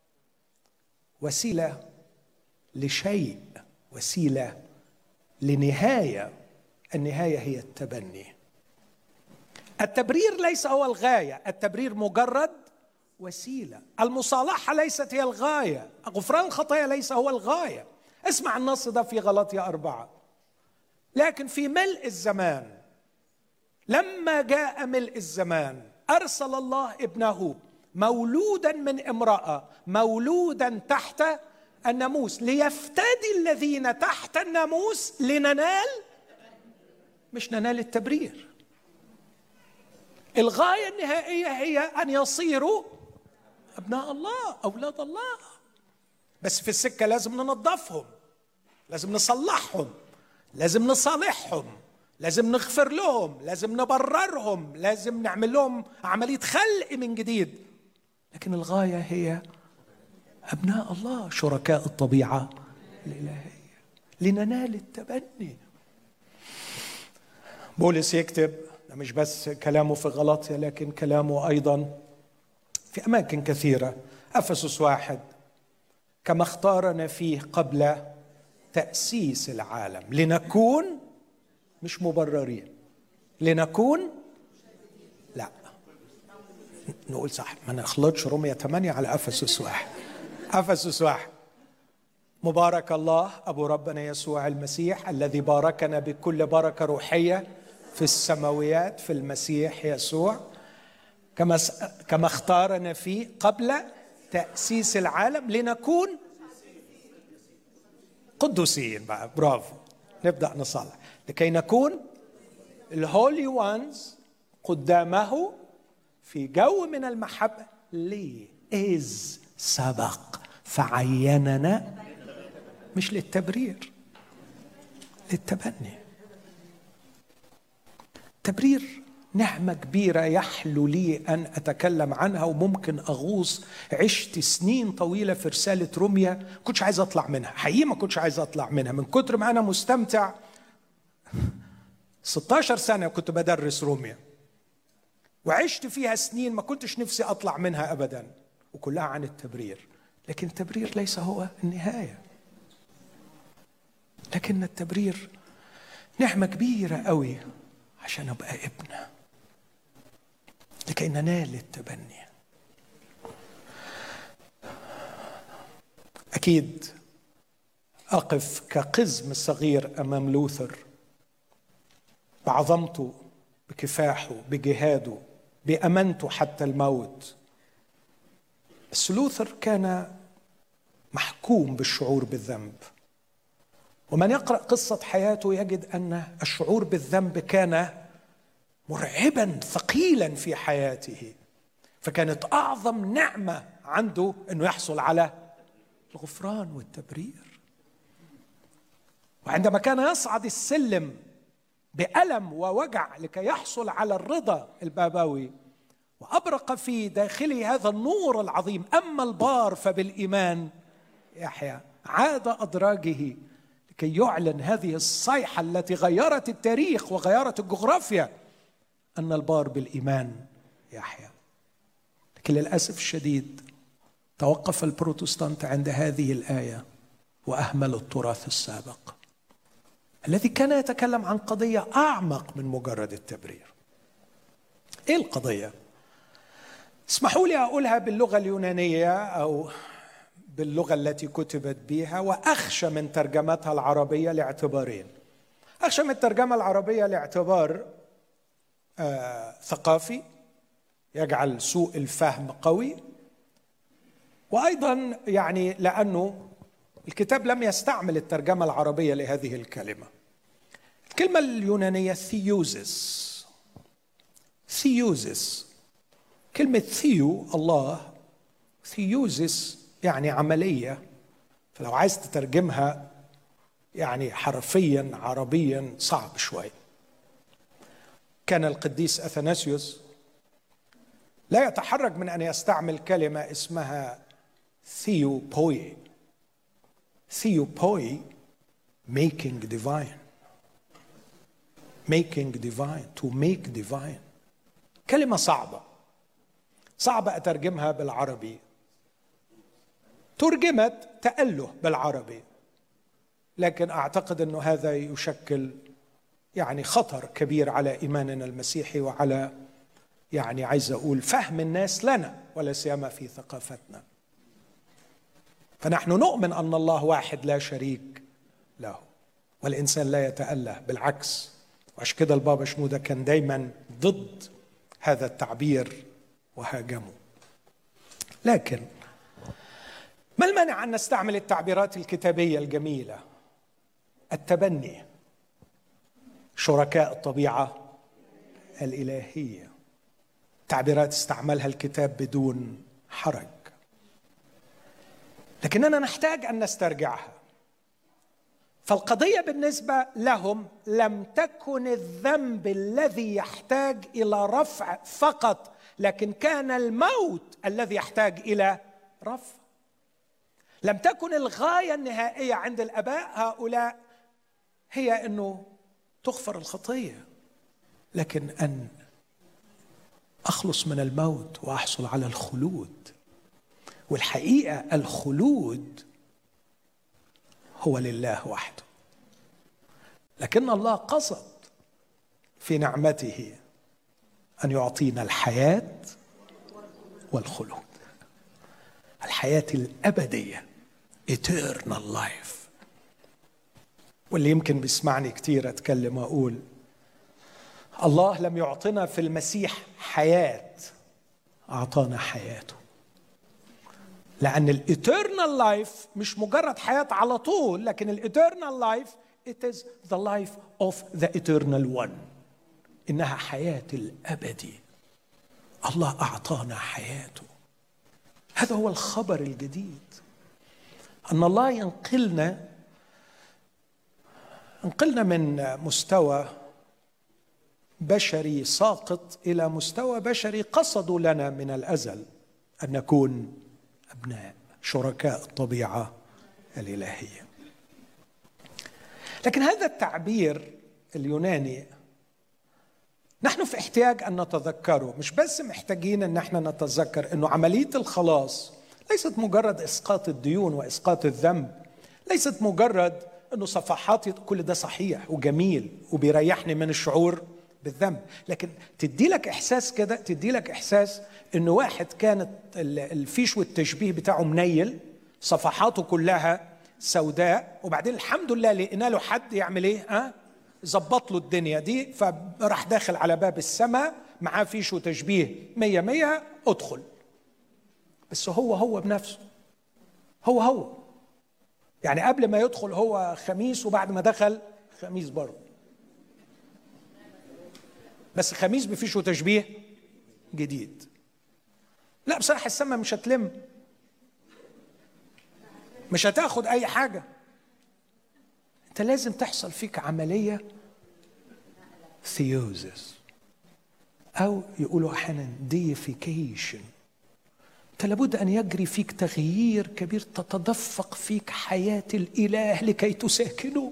S1: وسيلة لشيء، وسيلة لنهاية. النهاية هي التبني. التبرير ليس هو الغاية، التبرير مجرد وسيلة. المصالحة ليست هي الغاية، غفران الخطايا ليس هو الغاية. اسمع النص ده في غلاطية أربعة: لكن في ملء الزمان، لما جاء ملء الزمان، أرسل الله ابنه مولودا من امرأة، مولودا تحت الناموس، ليفتدي الذين تحت الناموس لننال، مش ننال التبرير. الغاية النهائية هي أن يصيروا أبناء الله، أولاد الله. بس في السكة لازم ننظفهم، لازم نصلحهم، لازم نصالحهم، لازم نغفر لهم، لازم نبررهم، لازم نعمل لهم عملية خلق من جديد. لكن الغاية هي أبناء الله، شركاء الطبيعة الإلهية، لننال التبني. بولس يكتب، مش بس كلامه في غلاطيا لكن كلامه أيضا في أماكن كثيرة. أفسس واحد: كما اختارنا فيه قبل تأسيس العالم لنكون، مش مبررين، لنكون، لا نقول صح، ما نخلطش رومية ثمانية على أفسس واحد. أفسس واحد: مبارك الله أبو ربنا يسوع المسيح الذي باركنا بكل بركة روحية في السماويات في المسيح يسوع، كما كما اختارنا فيه قبل تأسيس العالم لنكون قدوسين. بقى برافو، نبدأ نصلح. لكي نكون الهولي وانز قدامه في جو من المحبة، ليه؟ إذ سبق فعيننا، مش للتبرير، للتبني. تبرير نعمة كبيرة يحلو لي أن أتكلم عنها، وممكن أغوص. عشت سنين طويلة في رسالة روميا كنتش عايز أطلع منها، حقيقة ما كنتش عايز أطلع منها من كتر ما أنا مستمتع. ستة عشر سنة كنت بدرس روميا وعشت فيها سنين ما كنتش نفسي أطلع منها أبدا، وكلها عن التبرير. لكن التبرير ليس هو النهاية، لكن التبرير نعمة كبيرة قوي عشان أبقى ابن، لكي ننال التبني. أكيد أقف كقزم صغير أمام لوثر بعظمته، بكفاحه، بجهاده، بأمانته حتى الموت. بس لوثر كان محكوم بالشعور بالذنب، ومن يقرأ قصة حياته يجد أن الشعور بالذنب كان مرعبا ثقيلا في حياته، فكانت أعظم نعمة عنده أنه يحصل على الغفران والتبرير. وعندما كان يصعد السلم بألم ووجع لكي يحصل على الرضا البابوي، وأبرق في داخله هذا النور العظيم، أما البار فبالإيمان يحيى، عاد أدراجه لكي يعلن هذه الصيحة التي غيرت التاريخ وغيرت الجغرافيا، أن البار بالإيمان يحيى. لكن للأسف الشديد توقف البروتستانت عند هذه الآية وأهمل التراث السابق الذي كان يتكلم عن قضية أعمق من مجرد التبرير. إيه القضية؟ اسمحوا لي أقولها باللغة اليونانية أو باللغة التي كتبت بها، وأخشى من ترجمتها العربية لاعتبارين. أخشى من الترجمة العربية لاعتبار آه ثقافي يجعل سوء الفهم قوي، وأيضا يعني لأنه الكتاب لم يستعمل الترجمة العربية لهذه الكلمة. الكلمة اليونانية ثيوزس. ثيوزس كلمة ثيو الله، ثيوزس يعني عملية، فلو عايز تترجمها يعني حرفيا عربيا صعب شوي. كان القديس أثناسيوس لا يتحرج من أن يستعمل كلمة اسمها ثيوبوي. ثيوبوي making divine. making divine to make divine. كلمة صعبة صعبة أترجمها بالعربي، ترجمت تأله بالعربي، لكن أعتقد أنه هذا يشكل يعني خطر كبير على إيماننا المسيحي وعلى يعني عايز أقول فهم الناس لنا ولا سيما في ثقافتنا. فنحن نؤمن أن الله واحد لا شريك له، والإنسان لا يتأله، بالعكس. وعشان كده البابا شنودة كان دايما ضد هذا التعبير وهاجمه. لكن ما المانع أن نستعمل التعبيرات الكتابية الجميلة؟ التبني، شركاء الطبيعة الإلهية، تعبيرات استعملها الكتاب بدون حرج، لكننا نحتاج أن نسترجعها. فالقضية بالنسبة لهم لم تكن الذنب الذي يحتاج إلى رفع فقط، لكن كان الموت الذي يحتاج إلى رفع. لم تكن الغاية النهائية عند الآباء هؤلاء هي أنه تغفر الخطية، لكن أن أخلص من الموت وأحصل على الخلود. والحقيقة الخلود هو لله وحده، لكن الله قصد في نعمته أن يعطينا الحياة والخلود، الحياة الأبدية eternal life. واللي يمكن بيسمعني كتير أتكلم وأقول الله لم يعطينا في المسيح حياة، أعطانا حياته، لأن الإترنال لايف مش مجرد حياة على طول، لكن الإترنال لايف it is the life of the eternal one. إنها حياة الأبدي. الله أعطانا حياته. هذا هو الخبر الجديد، أن الله ينقلنا انقلنا من مستوى بشري ساقط إلى مستوى بشري قصدوا لنا من الأزل أن نكون أبناء شركاء الطبيعة الإلهية. لكن هذا التعبير اليوناني نحن في احتياج أن نتذكره. مش بس محتاجين أن احنا نتذكر أنه عملية الخلاص ليست مجرد إسقاط الديون وإسقاط الذنب، ليست مجرد أنه صفحات، كل ده صحيح وجميل وبيريحني من الشعور بالذنب، لكن تدي لك إحساس كده، تدي لك إحساس أنه واحد كانت الفيش والتشبيه بتاعه منيل، صفحاته كلها سوداء، وبعدين الحمد لله لقينا له حد يعمل ايه؟ ها؟ ظبط له الدنيا دي، فراح داخل على باب السماء معاه فيش وتشبيه مية مية، ادخل. بس هو هو بنفسه، هو هو يعني قبل ما يدخل هو خميس، وبعد ما دخل خميس برضه، بس خميس بفيش وتشبيه جديد. لا بصراحة السماء مش هتلم، مش هتاخد أي حاجة. أنت لازم تحصل فيك عملية ثيوزس، أو يقولوا أحيانا ديفيكيشن. أنت لابد أن يجري فيك تغيير كبير، تتدفق فيك حياة الإله لكي تساكنه.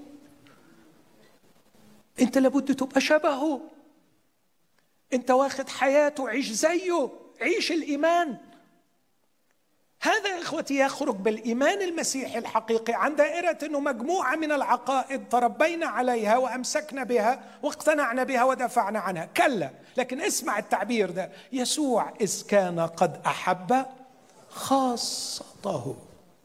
S1: أنت لابد تبقى شبهه، أنت واخد حياته، عيش زيه، عيش الإيمان. هذا يا إخوتي يخرج بالإيمان المسيحي الحقيقي عن دائرة أنه مجموعة من العقائد تربينا عليها وأمسكنا بها واقتنعنا بها ودافعنا عنها. كلا، لكن اسمع التعبير ده: يسوع إذ كان قد أحب خاصته.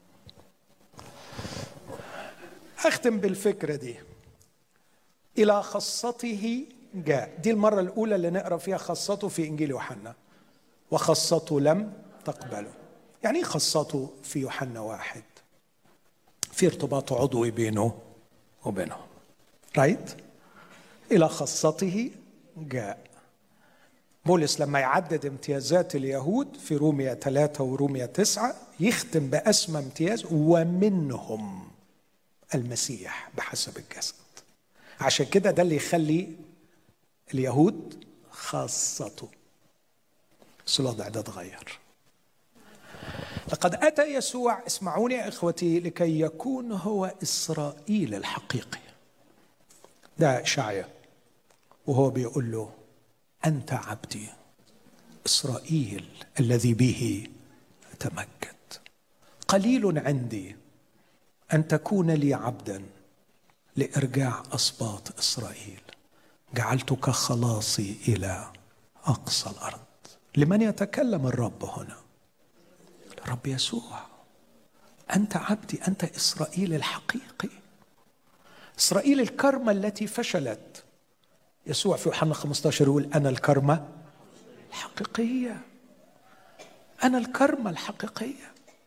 S1: أختم بالفكرة دي. إلى خاصته جاء، دي المرة الأولى اللي نقرأ فيها خاصته في إنجيل يوحنا، وخاصته لم تقبله. يعني ايه خاصته في يوحنا واحد؟ في ارتباط عضوي بينه وبينه، رايت؟ إلى خاصته جاء. بولس لما يعدد امتيازات اليهود في رومية ثلاثة ورومية تسعة يختم بأسمى امتياز: ومنهم المسيح بحسب الجسد. عشان كده ده اللي يخلي اليهود خاصته. بس الوضع ده اتغير. لقد أتى يسوع، اسمعوني يا إخوتي، لكي يكون هو إسرائيل الحقيقي. ده إشعياء وهو بيقول له: أنت عبدي إسرائيل الذي به أتمجد. قليل عندي أن تكون لي عبدا لإرجاع أسباط إسرائيل، جعلتك خلاصي إلى أقصى الأرض. لمن يتكلم الرب هنا؟ الرب يسوع. أنت عبدي، أنت إسرائيل الحقيقي. إسرائيل الكرمة التي فشلت. يسوع في يوحنا خمسة عشر يقول: أنا الكرمة الحقيقية، أنا الكرمة الحقيقية.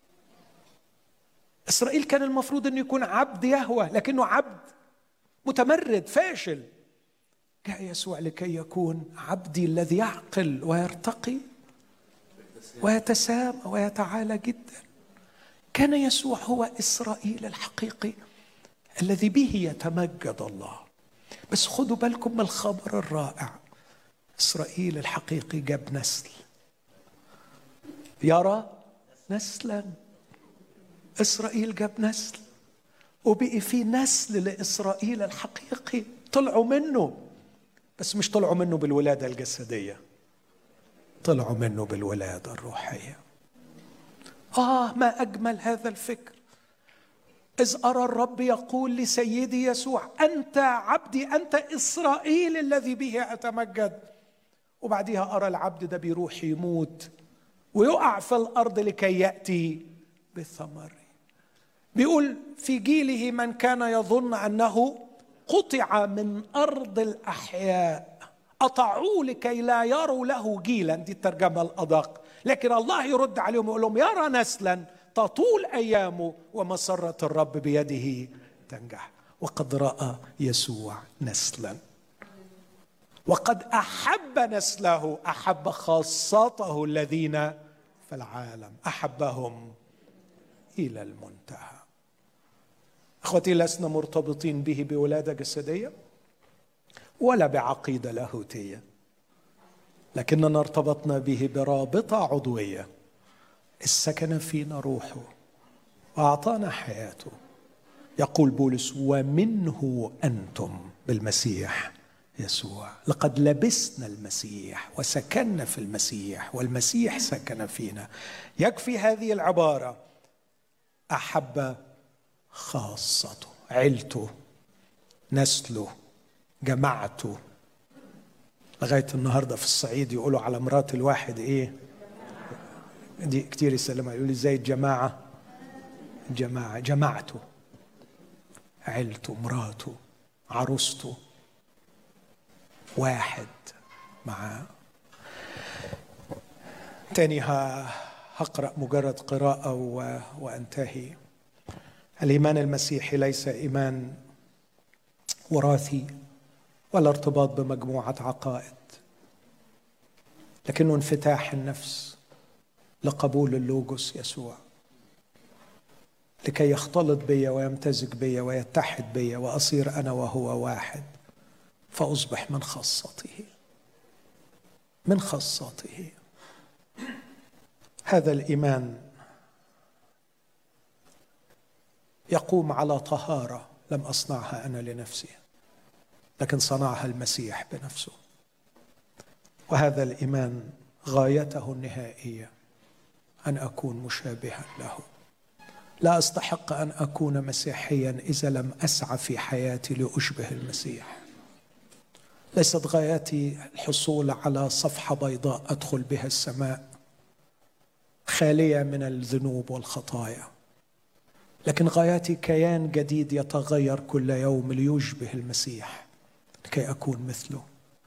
S1: إسرائيل كان المفروض أن يكون عبد يهوه، لكنه عبد متمرد فاشل. جاء يسوع لكي يكون عبدي الذي يعقل ويرتقي ويتسامى ويتعالى جدا. كان يسوع هو إسرائيل الحقيقي الذي به يتمجد الله. بس خدوا بالكم من الخبر الرائع: إسرائيل الحقيقي جاب نسل، يرى نسلا. إسرائيل جاب نسل، وبقي في نسل لإسرائيل الحقيقي طلعوا منه، بس مش طلعوا منه بالولادة الجسدية، طلعوا منه بالولادة الروحية. آه ما أجمل هذا الفكر. إذ أرى الرب يقول لسيدي يسوع: أنت عبدي، أنت إسرائيل الذي به أتمجد. وبعديها أرى العبد ده بيروح يموت ويقع في الأرض لكي يأتي بالثمر. بيقول في جيله من كان يظن أنه قطع من أرض الأحياء، قطعوه لكي لا يروا له جيلا، دي الترجمة الأدق. لكن الله يرد عليهم ويقول لهم: يرى نسلا تطول أيامه ومسرة الرب بيده تنجح. وقد رأى يسوع نسلا، وقد أحب نسله، أحب خاصته الذين في العالم، أحبهم إلى المنتهى. أخوتي، لسنا مرتبطين به بولادة جسدية ولا بعقيدة لاهوتية، لكننا ارتبطنا به برابطة عضوية. السكن فينا روحه وأعطانا حياته. يقول بولس: ومنه أنتم بالمسيح يسوع. لقد لبسنا المسيح وسكننا في المسيح والمسيح سكن فينا. يكفي هذه العبارة: أحب خاصته، عيلته، نسله، جماعته. لغاية النهاردة في الصعيد يقولوا على مرات الواحد إيه؟ دي كتير يسلمها، يقول لي: زي الجماعة، جماعة، جماعته. عيلته، مراته، عروسته، واحد معاه. تاني هقرأ مجرد قراءة وأنتهي. الإيمان المسيحي ليس إيمان وراثي ولا ارتباط بمجموعة عقائد، لكنه انفتاح النفس لقبول اللوجوس يسوع، لكي يختلط بي ويمتزج بي ويتحد بي وأصير أنا وهو واحد، فأصبح من خاصته من خاصته. هذا الإيمان يقوم على طهارة لم أصنعها أنا لنفسي، لكن صنعها المسيح بنفسه. وهذا الإيمان غايته النهائية أن أكون مشابها له. لا أستحق أن أكون مسيحيا إذا لم أسعى في حياتي لأشبه المسيح. ليست غايتي الحصول على صفحة بيضاء أدخل بها السماء خالية من الذنوب والخطايا، لكن غايتي كيان جديد يتغير كل يوم ليشبه المسيح لكي أكون مثله.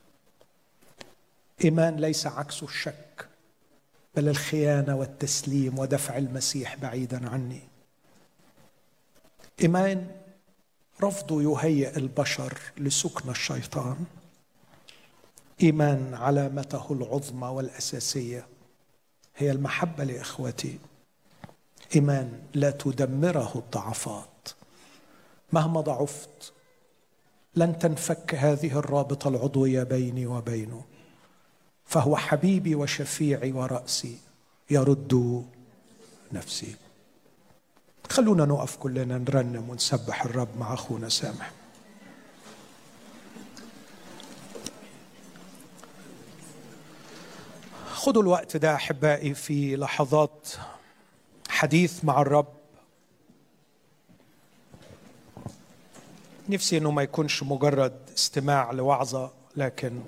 S1: إيمان ليس عكسه الشك، بل الخيانة والتسليم ودفع المسيح بعيدا عني. إيمان رفض يهيئ البشر لسكن الشيطان. إيمان علامته العظمى والأساسية هي المحبة لإخوتي. إيمان لا تدمره الضعفات. مهما ضعفت لن تنفك هذه الرابطة العضوية بيني وبينه، فهو حبيبي وشفيعي ورأسي يرد نفسي. خلونا نقف كلنا نرنم ونسبح الرب مع أخونا سامح. خذوا الوقت ده أحبائي في لحظات حديث مع الرب. نفسي إنه ما يكونش مجرد استماع لوعظة، لكن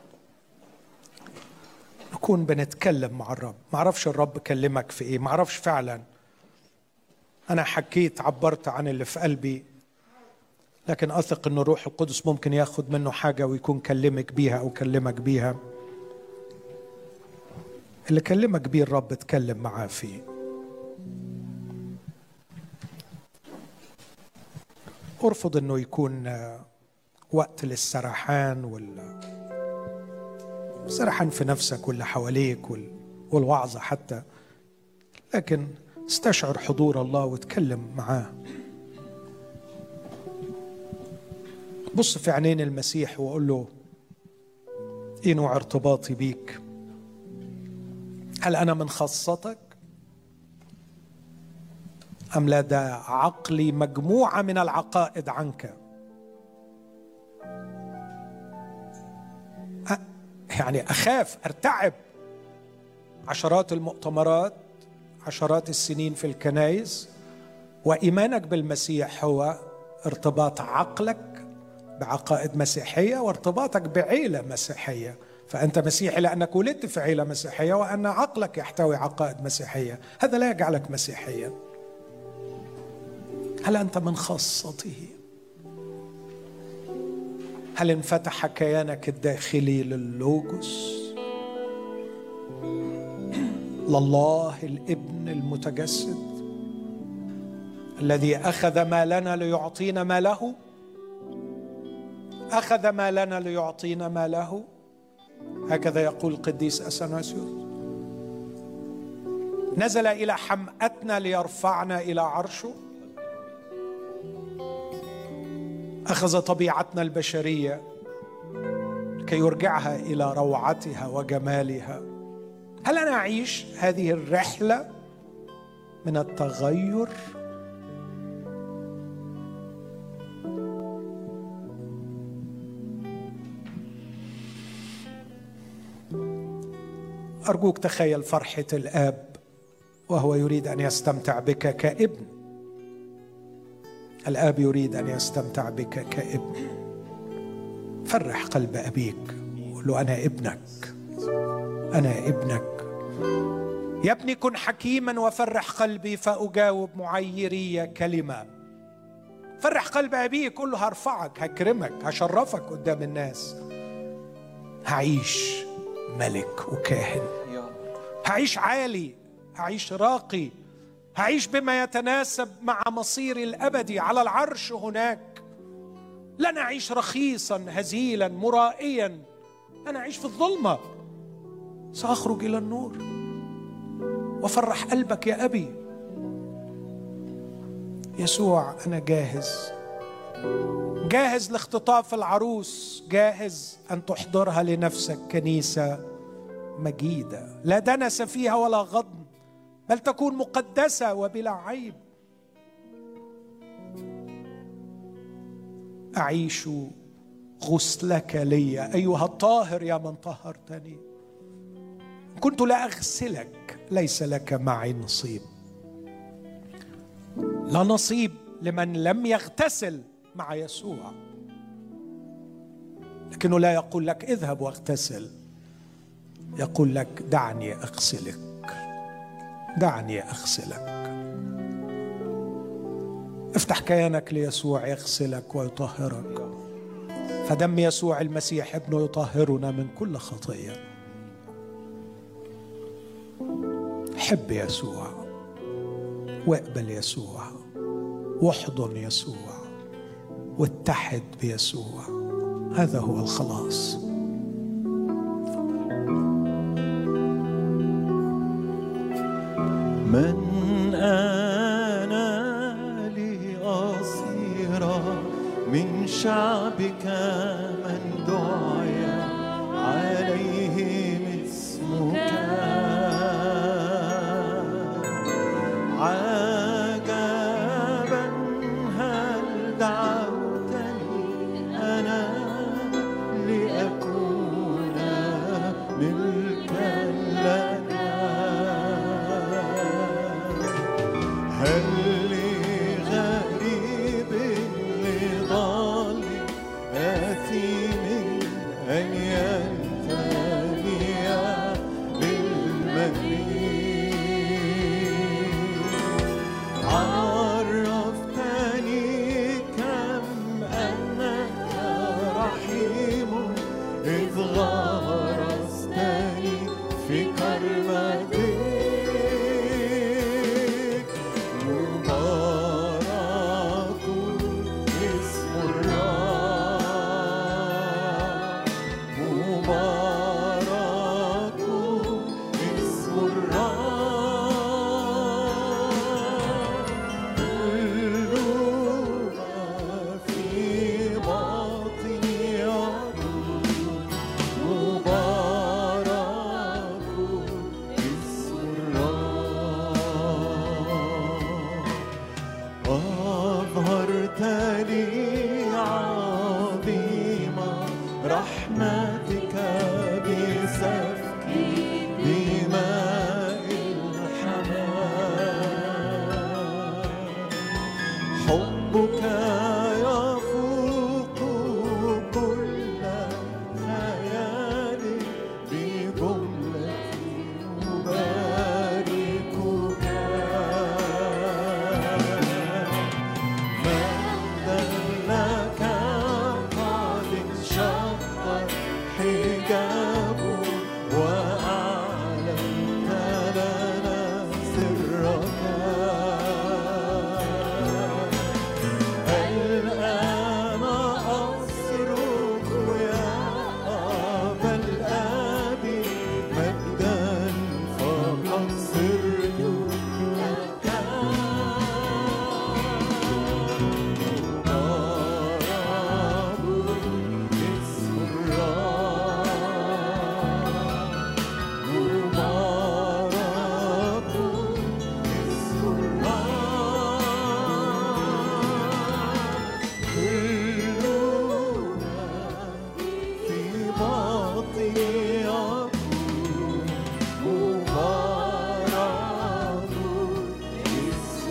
S1: نكون بنتكلم مع الرب. ما أعرفش الرب كلمك في إيه، ما أعرفش فعلا. أنا حكيت عبرت عن اللي في قلبي، لكن أثق إنه الروح القدس ممكن ياخد منه حاجة ويكون كلمك بيها أو كلمك بيها. اللي كلمك بيه الرب اتكلم معاه فيه. أرفض إنه يكون وقت للسرحان والسرحان في نفسك واللي حواليك والوعظة حتى، لكن استشعر حضور الله واتكلم معاه. بص في عينين المسيح وقول له ايه نوع ارتباطي بيك؟ هل أنا من خاصتك أم لدى عقلي مجموعة من العقائد عنك؟ يعني أخاف أرتعب. عشرات المؤتمرات، عشرات السنين في الكنائس، وإيمانك بالمسيح هو ارتباط عقلك بعقائد مسيحية وارتباطك بعيلة مسيحية. فأنت مسيحي لأنك ولدت في عيلة مسيحية، وأن عقلك يحتوي عقائد مسيحية. هذا لا يجعلك مسيحيا. هل أنت من خاصته؟ هل انفتح كيانك الداخلي للوجوس، لله الابن المتجسد الذي أخذ ما لنا ليعطينا ما له؟ أخذ ما لنا ليعطينا ما له، هكذا يقول القديس أثناسيوس. نزل إلى حمأتنا ليرفعنا إلى عرشه. أخذ طبيعتنا البشرية لكي يرجعها إلى روعتها وجمالها. هل أنا أعيش هذه الرحلة من التغير؟ أرجوك تخيل فرحة الآب وهو يريد أن يستمتع بك كابن. الآب يريد أن يستمتع بك كابن. فرح قلب أبيك، قل له أنا ابنك، أنا ابنك. يا ابني كن حكيما وفرح قلبي فأجاوب معيري كلمة. فرح قلب أبيك، قل له هرفعك، هكرمك، هشرفك قدام الناس، هعيش ملك وكاهن، هعيش عالي، هعيش راقي، هعيش بما يتناسب مع مصيري الأبدي على العرش هناك. لن أعيش رخيصا هزيلا مرائيا، أنا أعيش في الظلمة، سأخرج إلى النور وفرح قلبك يا أبي. يسوع أنا جاهز، جاهز لاختطاف العروس، جاهز أن تحضرها لنفسك كنيسة مجيدة لا دنس فيها ولا غضن، بل تكون مقدسة وبلا عيب. أعيش غسلك لي أيها الطاهر يا من طهرتني، كنت لا أغسلك ليس لك معي نصيب. لا نصيب لمن لم يغتسل مع يسوع، لكنه لا يقول لك اذهب واغتسل، يقول لك دعني أغسلك، دعني أغسلك. افتح كيانك ليسوع يغسلك ويطهرك، فدم يسوع المسيح ابنه يطهرنا من كل خطية. حب يسوع واقبل يسوع واحضن يسوع واتحد بيسوع، هذا هو الخلاص.
S2: من أنا لأصير من شعبك من دعي عليهم اسمك، عجبا هل دعوتني أنا لأكون ملكا لك، هل لغريب لضال آثم أن ينتمي للمليك، عرفتني كم أنك رحيم إذ غرستني في كرمتك، مبارك اسم الرب، مبارك اسم الرب، كل ما في باطني يقول مبارك اسم الرب. أظهرت لي عظيم رحمتك بسفك دماء الحمام، حبك يفوق كل خيال، بجملة أباركك، مجدا لك قد انشق الحجاب وأعلنت لنا سرك، الآن أصرخ يا أبا الآب مجدا فقد صرت لك، مبارك اسم الرب، مبارك اسم الرب، كل ما في باطني يقول مبارك اسم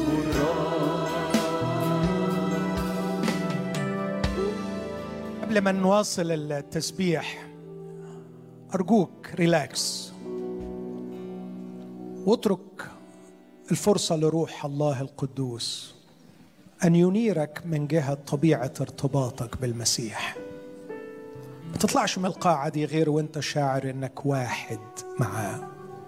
S2: الرب.
S1: قبل ما نواصل التسبيح أرجوك ريلاكس واترك الفرصة لروح الله القدوس أن ينيرك من جهة طبيعة ارتباطك بالمسيح. ما تطلعش من القاعة دي غير وانت شاعر انك واحد معاه.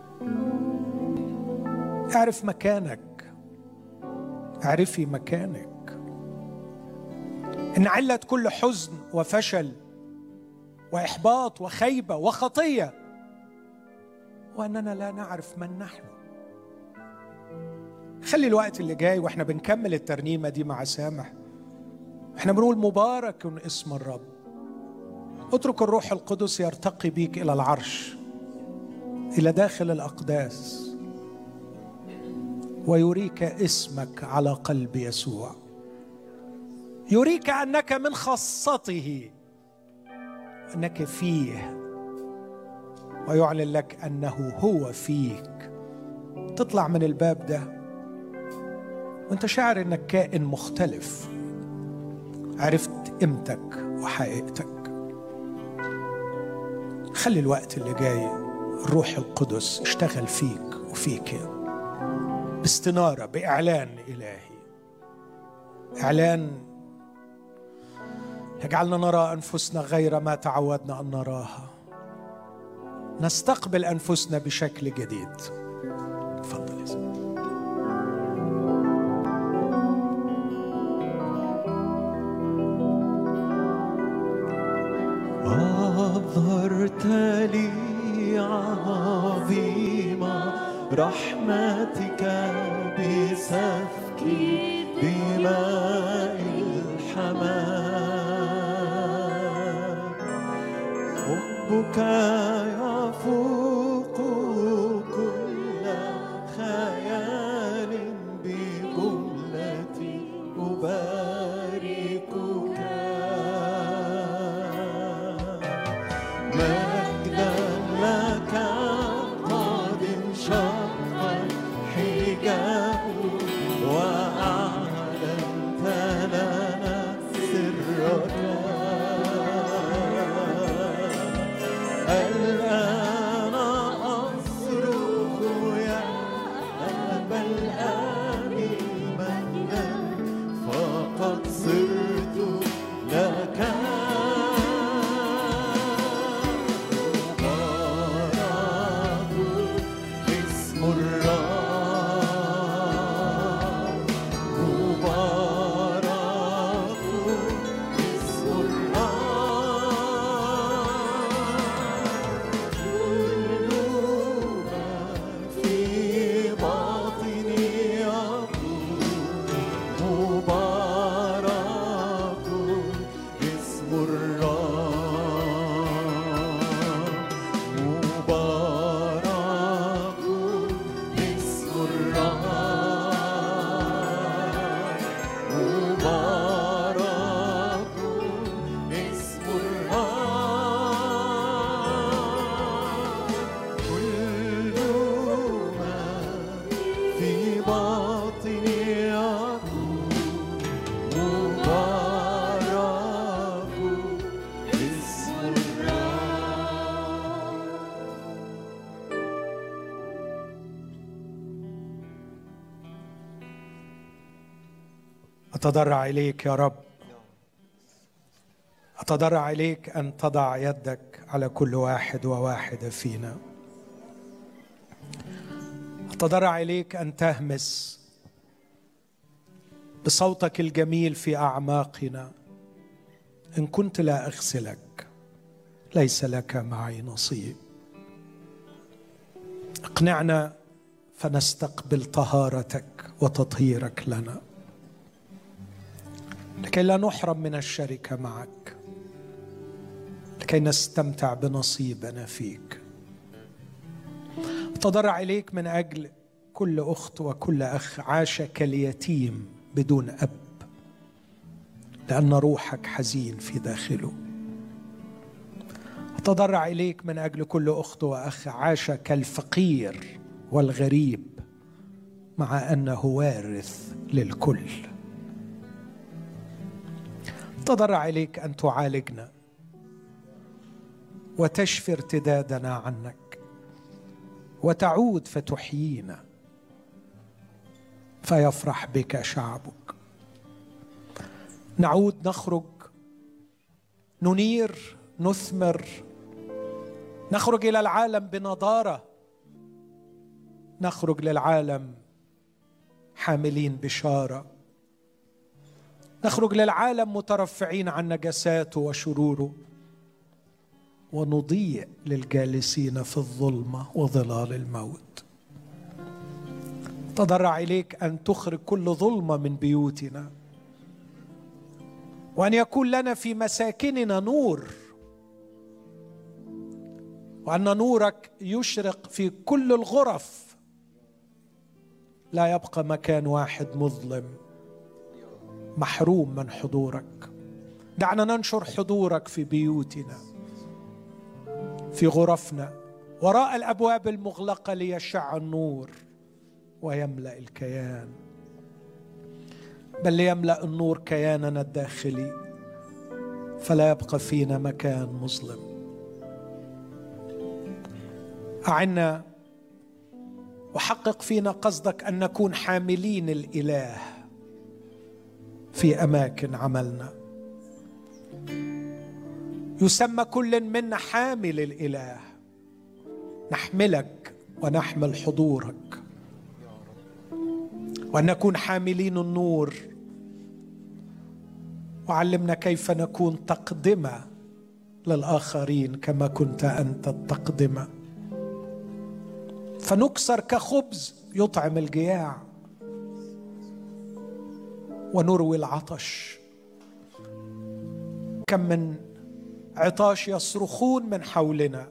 S1: اعرف مكانك، اعرفي مكانك. إن علة كل حزن وفشل وإحباط وخيبة وخطية وأننا لا نعرف من نحن. خلي الوقت اللي جاي وإحنا بنكمل الترنيمة دي مع سامح إحنا بنقول مبارك اسم الرب. اترك الروح القدس يرتقي بيك إلى العرش، إلى داخل الأقداس، ويريك اسمك على قلب يسوع، يريك أنك من خاصته، أنك فيه، ويعلن لك أنه هو فيك. تطلع من الباب ده وأنت شاعر أنك كائن مختلف، عرفت قيمتك وحقيقتك. خلي الوقت اللي جاي الروح القدس اشتغل فيك وفيك باستنارة، بإعلان إلهي، إعلان يجعلنا نرى أنفسنا غير ما تعودنا أن نراها، نستقبل أنفسنا بشكل جديد. تفضل يا سيدي.
S2: أظهرت لي عظيم رحمتك بسفك دماء الحمام، حبك يفوق كل خيال، بجملتي أباركك. مجدا لك قد انشق الحجاب، وأعلنت لنا سرك. الآن أصرخ يا قلب الآمن مجدا، فقد صرت لك.
S1: أتضرع إليك يا رب، أتضرع إليك أن تضع يدك على كل واحد وواحدة فينا. أتضرع إليك أن تهمس بصوتك الجميل في أعماقنا: إن كنت لا أغسلك ليس لك معي نصيب. اقنعنا فنستقبل طهارتك وتطهيرك لنا، لكي لا نحرم من الشركة معك، لكي نستمتع بنصيبنا فيك. أتضرع إليك من أجل كل أخت وكل أخ عاش كاليتيم بدون أب، لأن روحك حزين في داخله. أتضرع إليك من أجل كل أخت وأخ عاش كالفقير والغريب، مع أنه وارث للكل. أتضرع إليك أن تعالجنا وتشفي ارتدادنا عنك، وتعود فتحيينا، فيفرح بك شعبك. نعود نخرج ننير نثمر، نخرج إلى العالم بنضارة، نخرج للعالم حاملين بشارة، نخرج للعالم مترفعين عن نجساته وشروره، ونضيء للجالسين في الظلمة وظلال الموت. تضرع إليك أن تخرج كل ظلمة من بيوتنا، وأن يكون لنا في مساكننا نور، وأن نورك يشرق في كل الغرف، لا يبقى مكان واحد مظلم محروم من حضورك. دعنا ننشر حضورك في بيوتنا، في غرفنا، وراء الأبواب المغلقة، ليشع النور ويملأ الكيان، بل ليملأ النور كياننا الداخلي، فلا يبقى فينا مكان مظلم. أعنا وحقق فينا قصدك أن نكون حاملين الإله في أماكن عملنا. يسمى كل منا حامل الإله، نحملك ونحمل حضورك، وأن نكون حاملين النور. وعلمنا كيف نكون تقدمة للآخرين كما كنت أنت التقدمة، فنكسر كخبز يطعم الجياع ونروي العطش. كم من عطاش يصرخون من حولنا.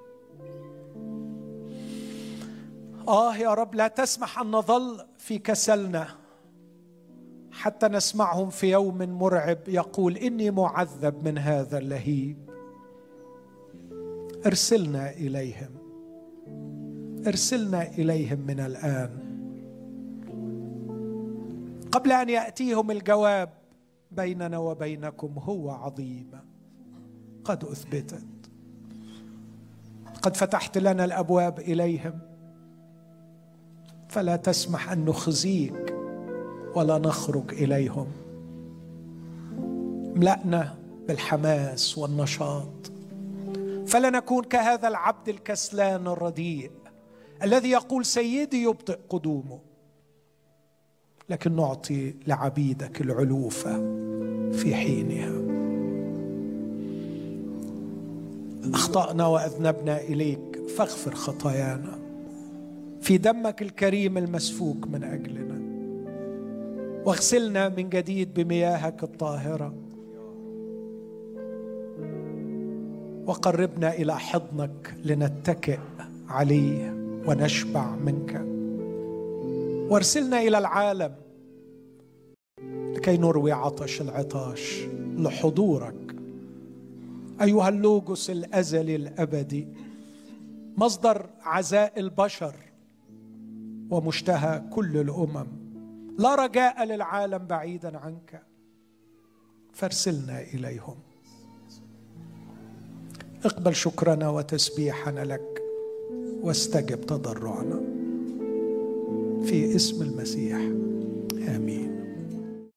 S1: آه يا رب، لا تسمح أن نظل في كسلنا حتى نسمعهم في يوم مرعب يقول إني معذب من هذا اللهيب. ارسلنا إليهم، ارسلنا إليهم من الآن قبل أن يأتيهم الجواب. بيننا وبينكم هو عظيم قد أثبتت، قد فتحت لنا الأبواب إليهم، فلا تسمح أن نخزيك ولا نخرج إليهم. املأنا بالحماس والنشاط، فلا نكون كهذا العبد الكسلان الرديء الذي يقول سيدي يبطئ قدومه، لكن نعطي لعبيدك العلوفة في حينها. أخطأنا وأذنبنا إليك فاغفر خطايانا في دمك الكريم المسفوك من أجلنا، واغسلنا من جديد بمياهك الطاهرة، وقربنا إلى حضنك لنتكئ عليه ونشبع منك. وارسلنا إلى العالم لكي نروي عطش العطاش لحضورك أيها اللوجوس الأزلي الأبدي، مصدر عزاء البشر ومشتهى كل الأمم. لا رجاء للعالم بعيدا عنك، فارسلنا إليهم. اقبل شكرنا وتسبيحنا لك، واستجب تضرعنا في اسم المسيح، آمين.